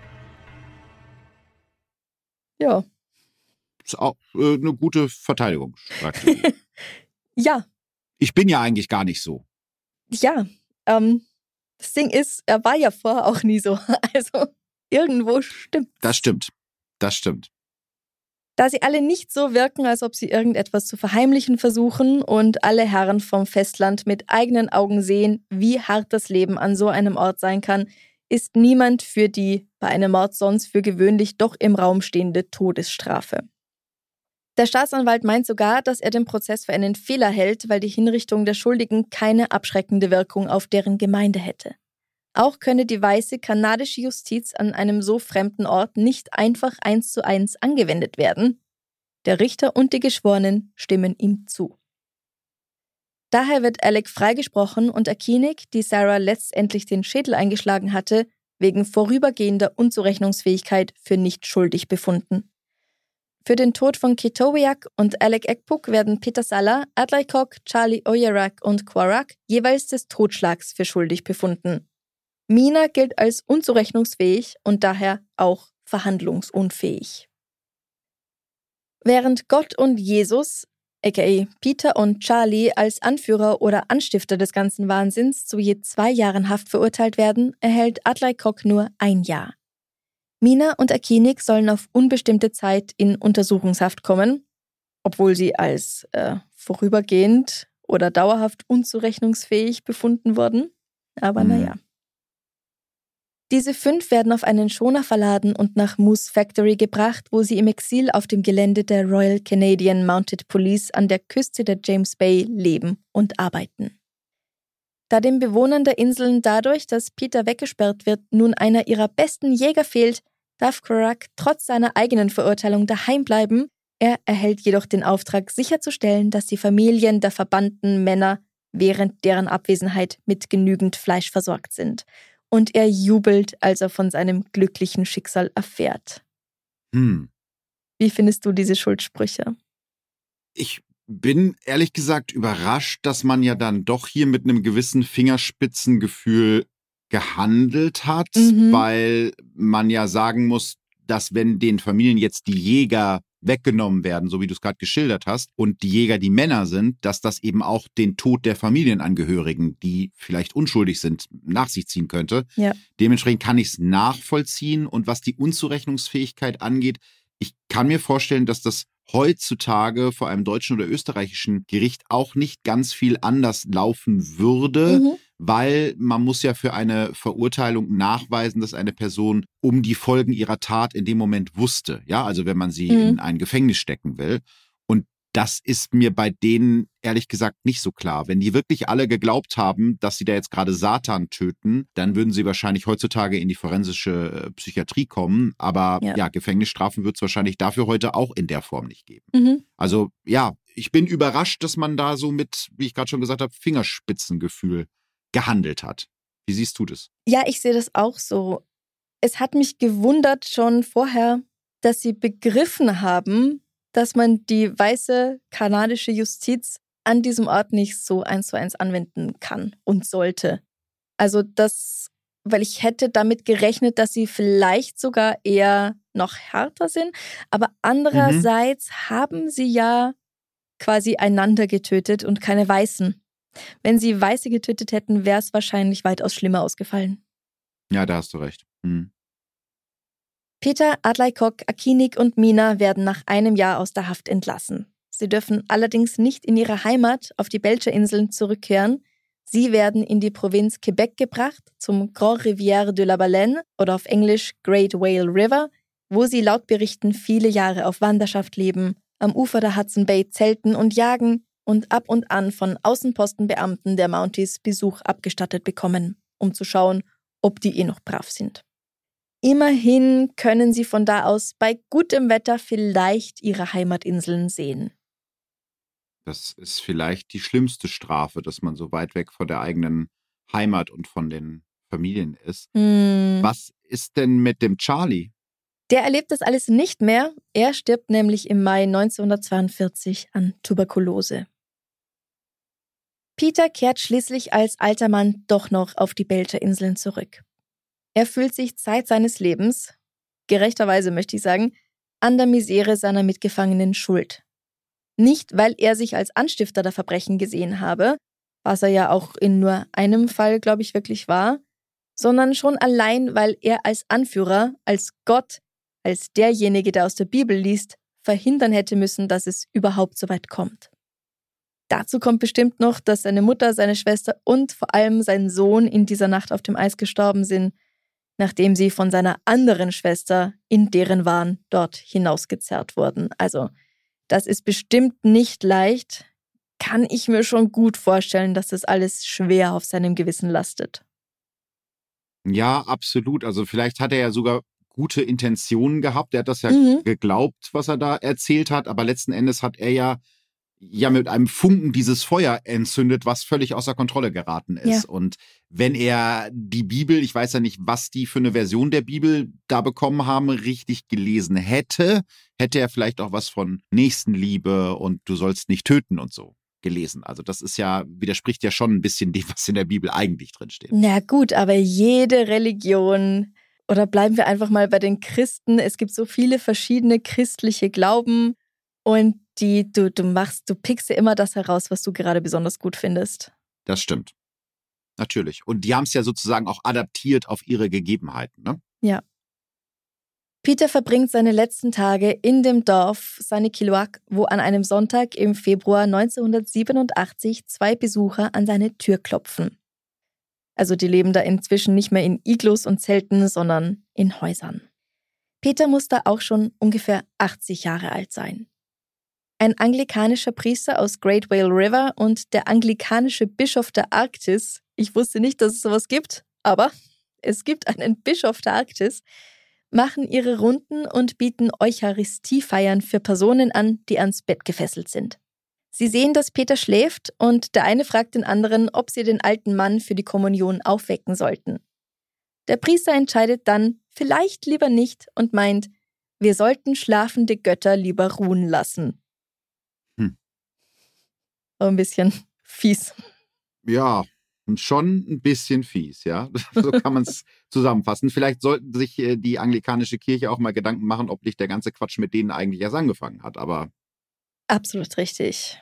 Ja. Ist auch eine gute Verteidigungsstrategie. Ja. Ich bin ja eigentlich gar nicht so. Ja, das Ding ist, er war ja vorher auch nie so. Also irgendwo stimmt. Das stimmt. Das stimmt. Da sie alle nicht so wirken, als ob sie irgendetwas zu verheimlichen versuchen und alle Herren vom Festland mit eigenen Augen sehen, wie hart das Leben an so einem Ort sein kann, ist niemand für die bei einem Mord sonst für gewöhnlich doch im Raum stehende Todesstrafe. Der Staatsanwalt meint sogar, dass er den Prozess für einen Fehler hält, weil die Hinrichtung der Schuldigen keine abschreckende Wirkung auf deren Gemeinde hätte. Auch könne die weiße kanadische Justiz an einem so fremden Ort nicht einfach 1:1 angewendet werden. Der Richter und die Geschworenen stimmen ihm zu. Daher wird Alec freigesprochen und Akinik, die Sarah letztendlich den Schädel eingeschlagen hatte, wegen vorübergehender Unzurechnungsfähigkeit für nicht schuldig befunden. Für den Tod von Keetowiak und Alec Ekpuk werden Peter Salla, Atlaycock, Charlie Oyerak und Quarak jeweils des Totschlags für schuldig befunden. Mina gilt als unzurechnungsfähig und daher auch verhandlungsunfähig. Während Gott und Jesus, aka Peter und Charlie, als Anführer oder Anstifter des ganzen Wahnsinns zu je 2 Jahren Haft verurteilt werden, erhält Atlaycock nur 1 Jahr. Mina und Akinik sollen auf unbestimmte Zeit in Untersuchungshaft kommen, obwohl sie als vorübergehend oder dauerhaft unzurechnungsfähig befunden wurden. Aber naja. Diese 5 werden auf einen Schoner verladen und nach Moose Factory gebracht, wo sie im Exil auf dem Gelände der Royal Canadian Mounted Police an der Küste der James Bay leben und arbeiten. Da den Bewohnern der Inseln dadurch, dass Peter weggesperrt wird, nun einer ihrer besten Jäger fehlt, darf Crack trotz seiner eigenen Verurteilung daheim bleiben. Er erhält jedoch den Auftrag, sicherzustellen, dass die Familien der verbannten Männer während deren Abwesenheit mit genügend Fleisch versorgt sind. Und er jubelt, als er von seinem glücklichen Schicksal erfährt. Wie findest du diese Schuldsprüche? Ich bin ehrlich gesagt überrascht, dass man ja dann doch hier mit einem gewissen Fingerspitzengefühl gehandelt hat, weil man ja sagen muss, dass wenn den Familien jetzt die Jäger weggenommen werden, so wie du es gerade geschildert hast, und die Jäger die Männer sind, dass das eben auch den Tod der Familienangehörigen, die vielleicht unschuldig sind, nach sich ziehen könnte. Ja. Dementsprechend kann ich es nachvollziehen. Und was die Unzurechnungsfähigkeit angeht, ich kann mir vorstellen, dass das heutzutage vor einem deutschen oder österreichischen Gericht auch nicht ganz viel anders laufen würde, weil man muss ja für eine Verurteilung nachweisen, dass eine Person um die Folgen ihrer Tat in dem Moment wusste. Ja, also wenn man sie in ein Gefängnis stecken will. Und das ist mir bei denen ehrlich gesagt nicht so klar. Wenn die wirklich alle geglaubt haben, dass sie da jetzt gerade Satan töten, dann würden sie wahrscheinlich heutzutage in die forensische Psychiatrie kommen. Aber ja, Gefängnisstrafen wird es wahrscheinlich dafür heute auch in der Form nicht geben. Also ja, ich bin überrascht, dass man da so mit, wie ich gerade schon gesagt habe, Fingerspitzengefühl gehandelt hat. Wie siehst du das? Ja, ich sehe das auch so. Es hat mich gewundert schon vorher, dass sie begriffen haben, dass man die weiße kanadische Justiz an diesem Ort nicht so 1:1 anwenden kann und sollte. Also das, weil ich hätte damit gerechnet, dass sie vielleicht sogar eher noch härter sind, aber andererseits haben sie ja quasi einander getötet und keine Weißen. Wenn sie Weiße getötet hätten, wäre es wahrscheinlich weitaus schlimmer ausgefallen. Ja, da hast du recht. Peter, Adlaikok, Akinik und Mina werden nach einem Jahr aus der Haft entlassen. Sie dürfen allerdings nicht in ihre Heimat auf die Belcher-Inseln zurückkehren. Sie werden in die Provinz Quebec gebracht, zum Grand Rivière de la Baleine oder auf Englisch Great Whale River, wo sie laut Berichten viele Jahre auf Wanderschaft leben, am Ufer der Hudson Bay zelten und jagen und ab und an von Außenpostenbeamten der Mounties Besuch abgestattet bekommen, um zu schauen, ob die noch brav sind. Immerhin können sie von da aus bei gutem Wetter vielleicht ihre Heimatinseln sehen. Das ist vielleicht die schlimmste Strafe, dass man so weit weg von der eigenen Heimat und von den Familien ist. Was ist denn mit dem Charlie? Der erlebt das alles nicht mehr. Er stirbt nämlich im Mai 1942 an Tuberkulose. Peter kehrt schließlich als alter Mann doch noch auf die Belcher-Inseln zurück. Er fühlt sich Zeit seines Lebens, gerechterweise möchte ich sagen, an der Misere seiner Mitgefangenen schuld. Nicht, weil er sich als Anstifter der Verbrechen gesehen habe, was er ja auch in nur einem Fall, glaube ich, wirklich war, sondern schon allein, weil er als Anführer, als Gott, als derjenige, der aus der Bibel liest, verhindern hätte müssen, dass es überhaupt so weit kommt. Dazu kommt bestimmt noch, dass seine Mutter, seine Schwester und vor allem sein Sohn in dieser Nacht auf dem Eis gestorben sind, nachdem sie von seiner anderen Schwester in deren Wahn dort hinausgezerrt wurden. Also, das ist bestimmt nicht leicht. Kann ich mir schon gut vorstellen, dass das alles schwer auf seinem Gewissen lastet. Ja, absolut. Also vielleicht hat er ja sogar gute Intentionen gehabt. Er hat das ja geglaubt, was er da erzählt hat. Aber letzten Endes hat er ja mit einem Funken dieses Feuer entzündet, was völlig außer Kontrolle geraten ist. Ja. Und wenn er die Bibel, ich weiß ja nicht, was die für eine Version der Bibel da bekommen haben, richtig gelesen hätte er vielleicht auch was von Nächstenliebe und du sollst nicht töten und so gelesen. Also das ist ja, widerspricht ja schon ein bisschen dem, was in der Bibel eigentlich drin steht. Na gut, aber jede Religion, oder bleiben wir einfach mal bei den Christen, es gibt so viele verschiedene christliche Glauben und du pickst ja immer das heraus, was du gerade besonders gut findest. Das stimmt. Natürlich. Und die haben es ja sozusagen auch adaptiert auf ihre Gegebenheiten, ne? Ja. Peter verbringt seine letzten Tage in dem Dorf Sanikiluaq, wo an einem Sonntag im Februar 1987 2 Besucher an seine Tür klopfen. Also die leben da inzwischen nicht mehr in Iglus und Zelten, sondern in Häusern. Peter muss da auch schon ungefähr 80 Jahre alt sein. Ein anglikanischer Priester aus Great Whale River und der anglikanische Bischof der Arktis, ich wusste nicht, dass es sowas gibt, aber es gibt einen Bischof der Arktis, machen ihre Runden und bieten Eucharistiefeiern für Personen an, die ans Bett gefesselt sind. Sie sehen, dass Peter schläft und der eine fragt den anderen, ob sie den alten Mann für die Kommunion aufwecken sollten. Der Priester entscheidet dann, vielleicht lieber nicht und meint, wir sollten schlafende Götter lieber ruhen lassen. So ein bisschen fies. Ja, schon ein bisschen fies, ja. So kann man es zusammenfassen. Vielleicht sollten sich die anglikanische Kirche auch mal Gedanken machen, ob nicht der ganze Quatsch mit denen eigentlich erst angefangen hat, aber... Absolut richtig.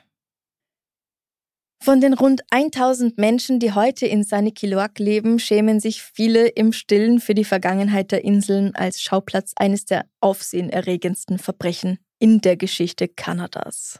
Von den rund 1000 Menschen, die heute in Sanikiluaq leben, schämen sich viele im Stillen für die Vergangenheit der Inseln als Schauplatz eines der aufsehenerregendsten Verbrechen in der Geschichte Kanadas.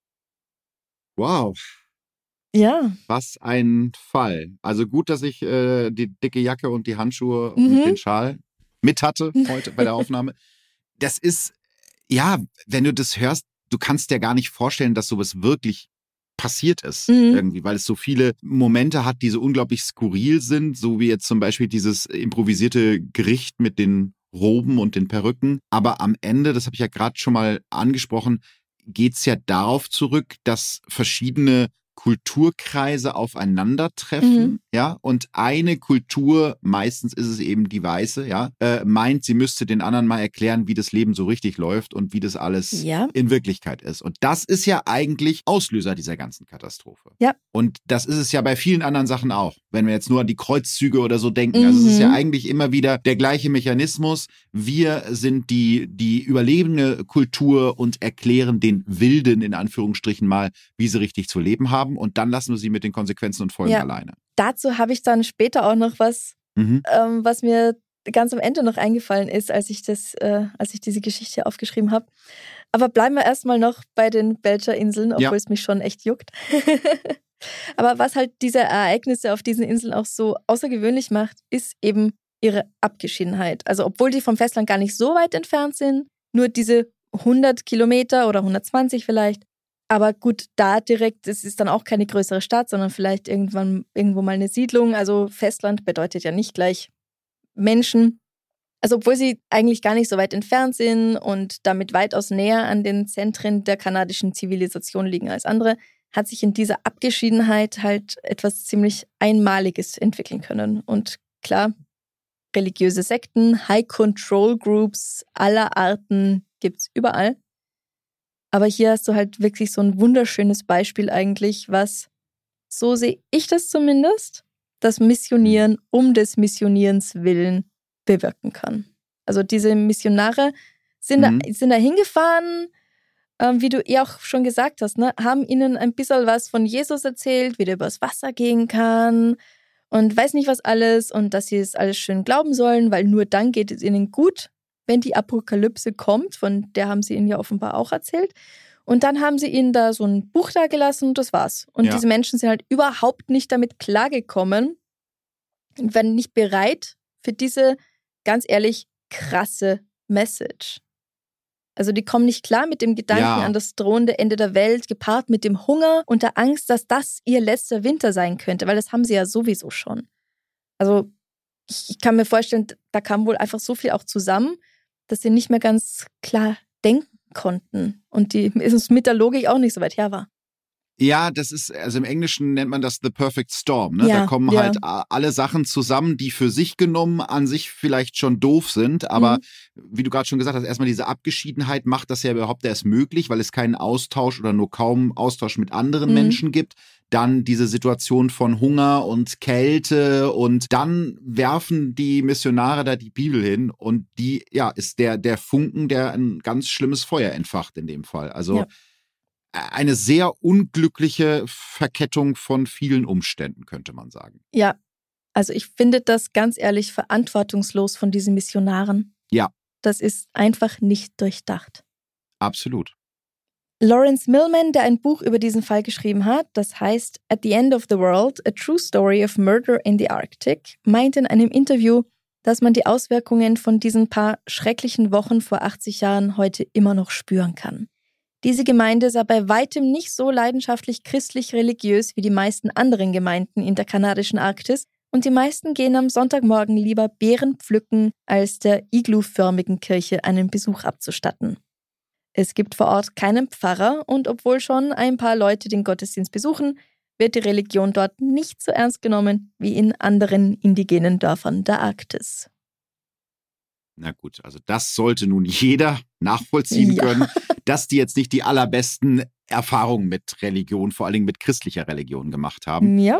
Wow. Ja. Was ein Fall. Also gut, dass ich die dicke Jacke und die Handschuhe und den Schal mit hatte heute bei der Aufnahme. Das ist, ja, wenn du das hörst, du kannst dir gar nicht vorstellen, dass sowas wirklich passiert ist irgendwie, weil es so viele Momente hat, die so unglaublich skurril sind, so wie jetzt zum Beispiel dieses improvisierte Gericht mit den Roben und den Perücken. Aber am Ende, das habe ich ja gerade schon mal angesprochen, geht's ja darauf zurück, dass verschiedene Kulturkreise aufeinandertreffen, ja, und eine Kultur, meistens ist es eben die weiße, ja, meint, sie müsste den anderen mal erklären, wie das Leben so richtig läuft und wie das alles in Wirklichkeit ist. Und das ist ja eigentlich Auslöser dieser ganzen Katastrophe. Ja. Und das ist es ja bei vielen anderen Sachen auch, wenn wir jetzt nur an die Kreuzzüge oder so denken. Also es ist ja eigentlich immer wieder der gleiche Mechanismus. Wir sind die überlebende Kultur und erklären den Wilden, in Anführungsstrichen mal, wie sie richtig zu leben haben. Und dann lassen wir sie mit den Konsequenzen und Folgen alleine. Dazu habe ich dann später auch noch was, was mir ganz am Ende noch eingefallen ist, als ich diese Geschichte aufgeschrieben habe. Aber bleiben wir erstmal noch bei den Belcher-Inseln, obwohl es mich schon echt juckt. Aber was halt diese Ereignisse auf diesen Inseln auch so außergewöhnlich macht, ist eben ihre Abgeschiedenheit. Also obwohl die vom Festland gar nicht so weit entfernt sind, nur diese 100 Kilometer oder 120 vielleicht. Aber gut, da direkt, es ist dann auch keine größere Stadt, sondern vielleicht irgendwo mal eine Siedlung. Also Festland bedeutet ja nicht gleich Menschen. Also obwohl sie eigentlich gar nicht so weit entfernt sind und damit weitaus näher an den Zentren der kanadischen Zivilisation liegen als andere, hat sich in dieser Abgeschiedenheit halt etwas ziemlich Einmaliges entwickeln können. Und klar, religiöse Sekten, High-Control-Groups aller Arten gibt's überall. Aber hier hast du halt wirklich so ein wunderschönes Beispiel eigentlich, was, so sehe ich das zumindest, das Missionieren um des Missionierens willen bewirken kann. Also diese Missionare sind da hingefahren, wie du auch schon gesagt hast, ne, haben ihnen ein bisschen was von Jesus erzählt, wie der übers Wasser gehen kann und weiß nicht was alles und dass sie es alles schön glauben sollen, weil nur dann geht es ihnen gut, wenn die Apokalypse kommt, von der haben sie ihnen ja offenbar auch erzählt. Und dann haben sie ihnen da so ein Buch da gelassen und das war's. Und diese Menschen sind halt überhaupt nicht damit klargekommen und werden nicht bereit für diese, ganz ehrlich, krasse Message. Also die kommen nicht klar mit dem Gedanken an das drohende Ende der Welt, gepaart mit dem Hunger und der Angst, dass das ihr letzter Winter sein könnte, weil das haben sie ja sowieso schon. Also ich kann mir vorstellen, da kam wohl einfach so viel auch zusammen, dass sie nicht mehr ganz klar denken konnten und es mit der Logik auch nicht so weit her war. Ja, das ist, also im Englischen nennt man das the perfect storm. Ne? Da kommen halt alle Sachen zusammen, die für sich genommen an sich vielleicht schon doof sind, aber wie du gerade schon gesagt hast, erstmal diese Abgeschiedenheit macht das ja überhaupt erst möglich, weil es keinen Austausch oder nur kaum Austausch mit anderen Menschen gibt. Dann diese Situation von Hunger und Kälte und dann werfen die Missionare da die Bibel hin und die, ist der Funken, der ein ganz schlimmes Feuer entfacht in dem Fall. Also eine sehr unglückliche Verkettung von vielen Umständen, könnte man sagen. Ja, also ich finde das ganz ehrlich verantwortungslos von diesen Missionaren. Ja. Das ist einfach nicht durchdacht. Absolut. Lawrence Millman, der ein Buch über diesen Fall geschrieben hat, das heißt At the End of the World, A True Story of Murder in the Arctic, meint in einem Interview, dass man die Auswirkungen von diesen paar schrecklichen Wochen vor 80 Jahren heute immer noch spüren kann. Diese Gemeinde sei bei weitem nicht so leidenschaftlich christlich-religiös wie die meisten anderen Gemeinden in der kanadischen Arktis und die meisten gehen am Sonntagmorgen lieber Beeren pflücken, als der igluförmigen Kirche einen Besuch abzustatten. Es gibt vor Ort keinen Pfarrer und obwohl schon ein paar Leute den Gottesdienst besuchen, wird die Religion dort nicht so ernst genommen wie in anderen indigenen Dörfern der Arktis. Na gut, also das sollte nun jeder nachvollziehen können, dass die jetzt nicht die allerbesten Erfahrungen mit Religion, vor allen Dingen mit christlicher Religion gemacht haben. Ja.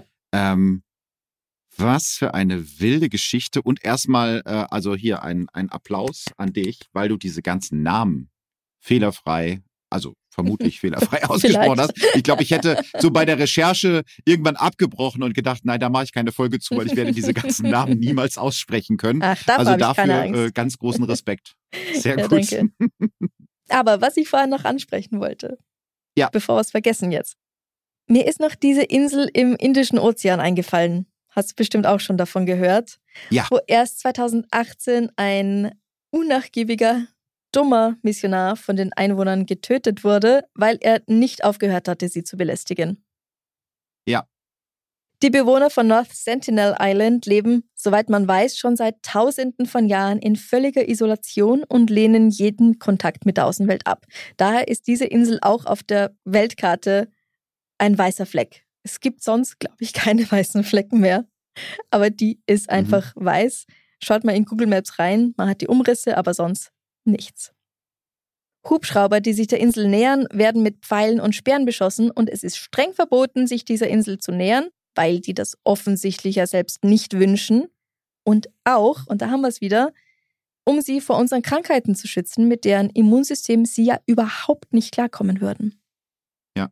Was für eine wilde Geschichte. Und erstmal, also hier ein Applaus an dich, weil du diese ganzen Namen fehlerfrei, also vermutlich fehlerfrei ausgesprochen hast. Ich glaube, ich hätte so bei der Recherche irgendwann abgebrochen und gedacht, nein, da mache ich keine Folge zu, weil ich werde diese ganzen Namen niemals aussprechen können. Ach, also dafür ganz großen Respekt. Sehr ja, gut. Danke. Aber was ich vorher noch ansprechen wollte, bevor wir es vergessen jetzt. Mir ist noch diese Insel im Indischen Ozean eingefallen. Hast du bestimmt auch schon davon gehört. Ja. Wo erst 2018 ein unnachgiebiger, dummer Missionar von den Einwohnern getötet wurde, weil er nicht aufgehört hatte, sie zu belästigen. Ja. Die Bewohner von North Sentinel Island leben, soweit man weiß, schon seit Tausenden von Jahren in völliger Isolation und lehnen jeden Kontakt mit der Außenwelt ab. Daher ist diese Insel auch auf der Weltkarte ein weißer Fleck. Es gibt sonst, glaube ich, keine weißen Flecken mehr. Aber die ist einfach weiß. Schaut mal in Google Maps rein, man hat die Umrisse, aber sonst nichts. Hubschrauber, die sich der Insel nähern, werden mit Pfeilen und Speeren beschossen und es ist streng verboten, sich dieser Insel zu nähern, weil die das offensichtlich ja selbst nicht wünschen. Und auch, und da haben wir es wieder, um sie vor unseren Krankheiten zu schützen, mit deren Immunsystem sie ja überhaupt nicht klarkommen würden. Ja.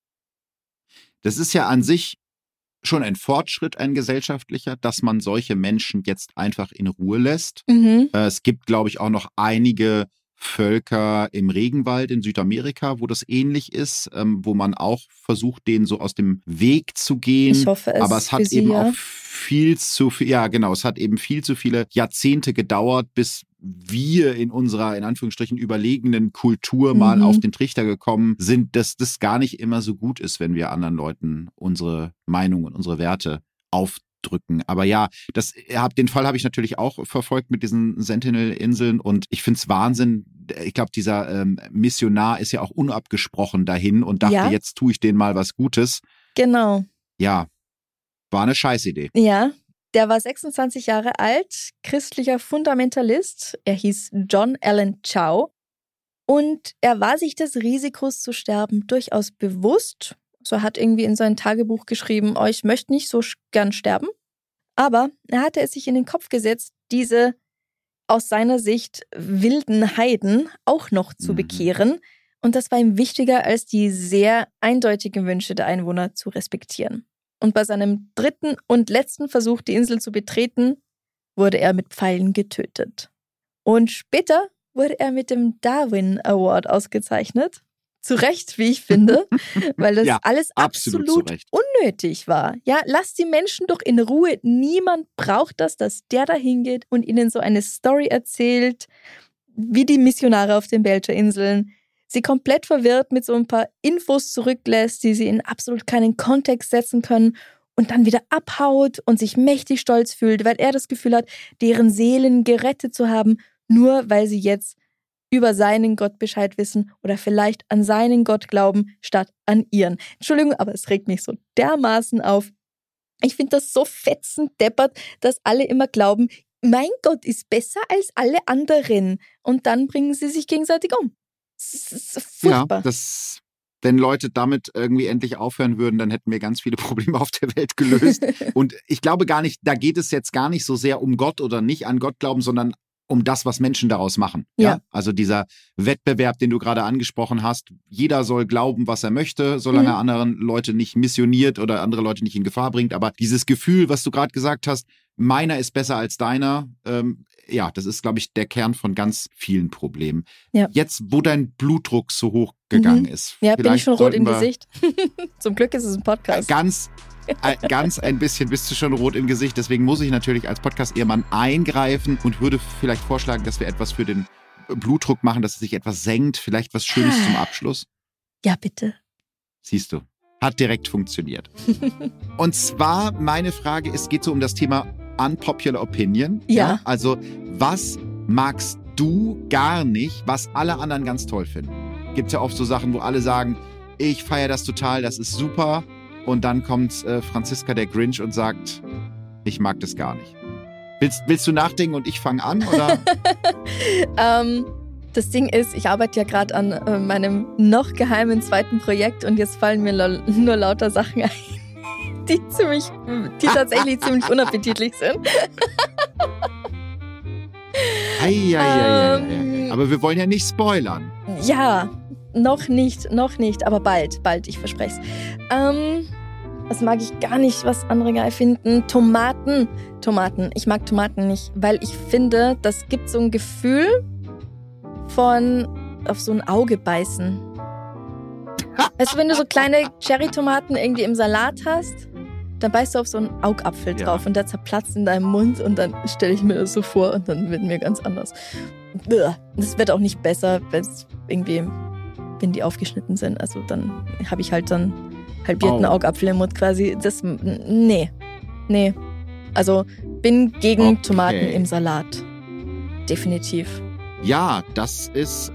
Das ist ja an sich schon ein Fortschritt, ein gesellschaftlicher, dass man solche Menschen jetzt einfach in Ruhe lässt. Es gibt, glaube ich, auch noch einige Völker im Regenwald in Südamerika, wo das ähnlich ist, wo man auch versucht, denen so aus dem Weg zu gehen. Ich hoffe es. Aber es hat eben auch viel zu viel, es hat eben viel zu viele Jahrzehnte gedauert, bis wir in unserer, in Anführungsstrichen, überlegenen Kultur mal auf den Trichter gekommen sind, dass das gar nicht immer so gut ist, wenn wir anderen Leuten unsere Meinung und unsere Werte aufdrücken. Aber ja, den Fall habe ich natürlich auch verfolgt mit diesen Sentinel-Inseln und ich finde es Wahnsinn. Ich glaube, dieser Missionar ist ja auch unabgesprochen dahin und dachte, jetzt tue ich denen mal was Gutes. Genau. Ja, war eine Scheißidee. Ja, der war 26 Jahre alt, christlicher Fundamentalist. Er hieß John Allen Chow und er war sich des Risikos zu sterben durchaus bewusst. So hat irgendwie in sein Tagebuch geschrieben, ich möchte nicht so gern sterben. Aber er hatte es sich in den Kopf gesetzt, diese aus seiner Sicht wilden Heiden auch noch zu bekehren. Und das war ihm wichtiger, als die sehr eindeutigen Wünsche der Einwohner zu respektieren. Und bei seinem dritten und letzten Versuch, die Insel zu betreten, wurde er mit Pfeilen getötet. Und später wurde er mit dem Darwin Award ausgezeichnet. Zu Recht, wie ich finde, weil das alles absolut unnötig war. Ja, lasst die Menschen doch in Ruhe. Niemand braucht das, dass der da hingeht und ihnen so eine Story erzählt, wie die Missionare auf den Belcher-Inseln, sie komplett verwirrt mit so ein paar Infos zurücklässt, die sie in absolut keinen Kontext setzen können und dann wieder abhaut und sich mächtig stolz fühlt, weil er das Gefühl hat, deren Seelen gerettet zu haben, nur weil sie jetzt über seinen Gott Bescheid wissen oder vielleicht an seinen Gott glauben, statt an ihren. Entschuldigung, aber es regt mich so dermaßen auf. Ich finde das so fetzend-deppert, dass alle immer glauben, mein Gott ist besser als alle anderen. Und dann bringen sie sich gegenseitig um. Das ist furchtbar. Ja, wenn Leute damit irgendwie endlich aufhören würden, dann hätten wir ganz viele Probleme auf der Welt gelöst. Und ich glaube gar nicht, da geht es jetzt gar nicht so sehr um Gott oder nicht an Gott glauben, sondern um das, was Menschen daraus machen. Ja. Also dieser Wettbewerb, den du gerade angesprochen hast, jeder soll glauben, was er möchte, solange er anderen Leute nicht missioniert oder andere Leute nicht in Gefahr bringt. Aber dieses Gefühl, was du gerade gesagt hast, meiner ist besser als deiner, ja, das ist, glaube ich, der Kern von ganz vielen Problemen. Ja. Jetzt, wo dein Blutdruck so hoch gegangen ist. Ja, bin ich schon rot im sollten wir- Gesicht. Zum Glück ist es ein Podcast. Ganz ein bisschen bist du schon rot im Gesicht. Deswegen muss ich natürlich als Podcast-Ehemann eingreifen und würde vielleicht vorschlagen, dass wir etwas für den Blutdruck machen, dass es sich etwas senkt. Vielleicht was Schönes zum Abschluss. Ja, bitte. Siehst du, hat direkt funktioniert. Und zwar, meine Frage, es geht so um das Thema Unpopular Opinion. Ja. Also, was magst du gar nicht, was alle anderen ganz toll finden? Gibt ja oft so Sachen, wo alle sagen, ich feiere das total, das ist super. Und dann kommt Franziska der Grinch und sagt, ich mag das gar nicht. Willst du nachdenken und ich fange an? Oder? Das Ding ist, ich arbeite ja gerade an meinem noch geheimen zweiten Projekt und jetzt fallen mir nur lauter Sachen ein, die tatsächlich ziemlich unappetitlich sind. Aber wir wollen ja nicht spoilern. Ja, noch nicht, aber bald, ich verspreche es. Was mag ich gar nicht, was andere geil finden? Tomaten. Ich mag Tomaten nicht, weil ich finde, das gibt so ein Gefühl von auf so ein Auge beißen. Weißt du, wenn du so kleine Cherry-Tomaten irgendwie im Salat hast, dann beißt du auf so einen Augapfel drauf und der zerplatzt in deinem Mund und dann stelle ich mir das so vor und dann wird mir ganz anders. Das wird auch nicht besser, wenn die aufgeschnitten sind. Also dann habe ich halt dann halbierten Augapfel im Mund quasi. Nee. Also bin gegen Tomaten im Salat. Definitiv. Ja, das ist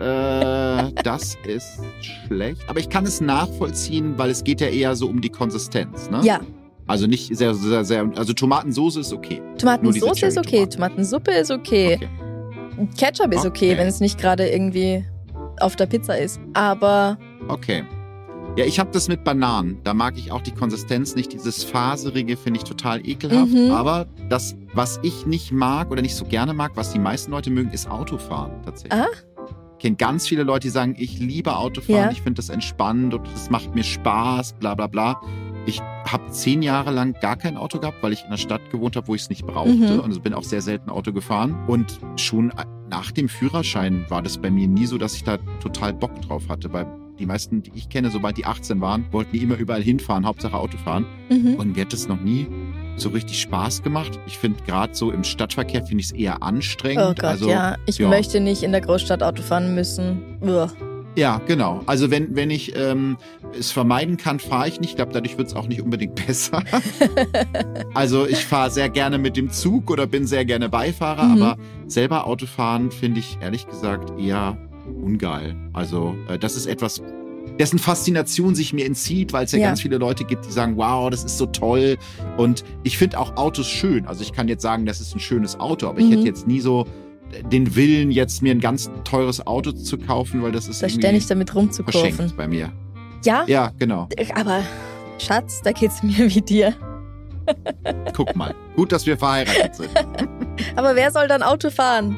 schlecht. Aber ich kann es nachvollziehen, weil es geht ja eher so um die Konsistenz, ne? Ja. Also nicht sehr, sehr, sehr. Also Tomatensauce ist okay. Tomatensauce ist okay, Tomatensuppe ist okay. Ketchup ist okay, wenn es nicht gerade irgendwie auf der Pizza ist. Aber. Okay. Ja, ich habe das mit Bananen. Da mag ich auch die Konsistenz nicht. Dieses Faserige finde ich total ekelhaft. Aber das, was ich nicht mag oder nicht so gerne mag, was die meisten Leute mögen, ist Autofahren tatsächlich. Ich kenne ganz viele Leute, die sagen, ich liebe Autofahren, Ja. ich finde das entspannend und das macht mir Spaß, bla bla bla. Ich habe 10 Jahre lang gar kein Auto gehabt, weil ich in einer Stadt gewohnt habe, wo ich es nicht brauchte. Und bin auch sehr selten Auto gefahren. Und schon nach dem Führerschein war das bei mir nie so, dass ich da total Bock drauf hatte. Weil die meisten, die ich kenne, sobald die 18 waren, wollten die immer überall hinfahren, Hauptsache Auto fahren. Und mir hat das noch nie so richtig Spaß gemacht. Ich finde gerade so im Stadtverkehr finde ich es eher anstrengend. Oh Gott, ja. Ich möchte nicht in der Großstadt Auto fahren müssen. Uah. Ja, genau. Also wenn ich es vermeiden kann, fahre ich nicht. Ich glaube, dadurch wird es auch nicht unbedingt besser. Also ich fahre sehr gerne mit dem Zug oder bin sehr gerne Beifahrer, aber selber Autofahren finde ich ehrlich gesagt eher ungeil. Also das ist etwas, dessen Faszination sich mir entzieht, weil es ja ganz viele Leute gibt, die sagen, wow, das ist so toll. Und ich finde auch Autos schön. Also ich kann jetzt sagen, das ist ein schönes Auto, aber ich hätte jetzt nie so den Willen, jetzt mir ein ganz teures Auto zu kaufen, weil das ist Da irgendwie ständig damit rumzukurven. verschenkt bei mir. Ja? Ja, genau. Aber Schatz, da geht's mir wie dir. Guck mal. Gut, dass wir verheiratet sind. Aber wer soll dann Auto fahren?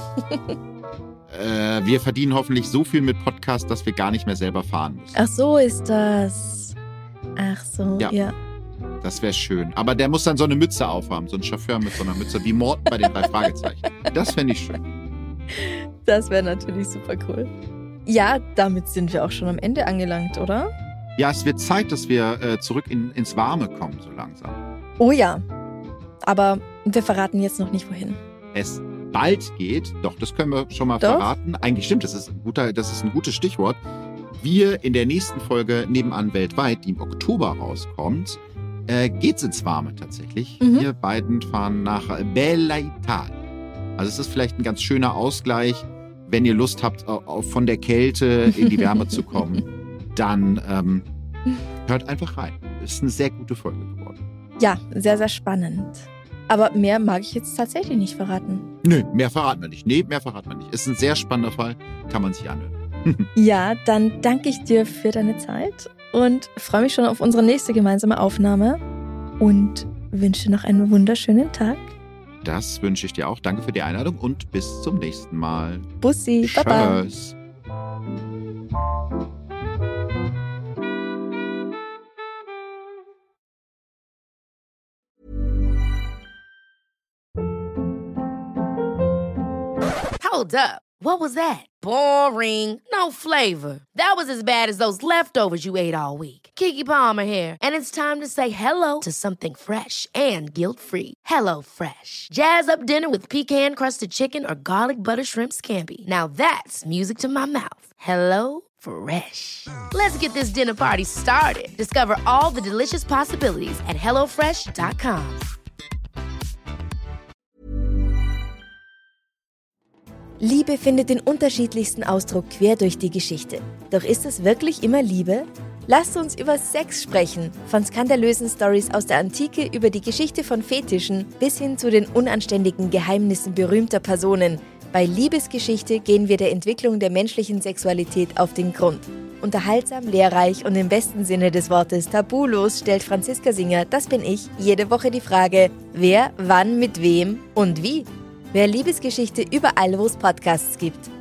Wir verdienen hoffentlich so viel mit Podcast, dass wir gar nicht mehr selber fahren müssen. Ach so ist das. Ach so, ja. Das wäre schön. Aber der muss dann so eine Mütze aufhaben. So ein Chauffeur mit so einer Mütze, wie Morten bei den 3 Fragezeichen. Das fände ich schön. Das wäre natürlich super cool. Ja, damit sind wir auch schon am Ende angelangt, oder? Ja, es wird Zeit, dass wir zurück ins Warme kommen, so langsam. Oh ja. Aber wir verraten jetzt noch nicht, wohin. Es bald geht, doch, das können wir schon mal Doch? verraten. Eigentlich stimmt, das ist ein gutes Stichwort. Wir in der nächsten Folge Nebenan weltweit, die im Oktober rauskommt, geht's ins Warme tatsächlich. Wir beiden fahren nach Bella Italia. Also es ist vielleicht ein ganz schöner Ausgleich, wenn ihr Lust habt, von der Kälte in die Wärme zu kommen, dann hört einfach rein. Ist eine sehr gute Folge geworden. Ja, sehr, sehr spannend. Aber mehr mag ich jetzt tatsächlich nicht verraten. Nö, mehr verraten wir nicht. Ist ein sehr spannender Fall, kann man sich anhören. Ja, dann danke ich dir für deine Zeit und freue mich schon auf unsere nächste gemeinsame Aufnahme und wünsche noch einen wunderschönen Tag. Das wünsche ich dir auch. Danke für die Einladung und bis zum nächsten Mal. Bussi, Baba. Tschüss. Hold up. What was that? Boring. No flavor. That was as bad as those leftovers you ate all week. Keke Palmer here, and it's time to say hello to something fresh and guilt-free. HelloFresh. Jazz up dinner with pecan-crusted chicken or garlic butter shrimp scampi. Now that's music to my mouth. HelloFresh. Let's get this dinner party started. Discover all the delicious possibilities at hellofresh.com. Liebe findet den unterschiedlichsten Ausdruck quer durch die Geschichte. Doch ist es wirklich immer Liebe? Lasst uns über Sex sprechen. Von skandalösen Storys aus der Antike über die Geschichte von Fetischen bis hin zu den unanständigen Geheimnissen berühmter Personen. Bei Liebesgeschichte gehen wir der Entwicklung der menschlichen Sexualität auf den Grund. Unterhaltsam, lehrreich und im besten Sinne des Wortes tabulos stellt Franziska Singer, das bin ich, jede Woche die Frage, wer, wann, mit wem und wie. Wer Liebesgeschichte überall, wo es Podcasts gibt.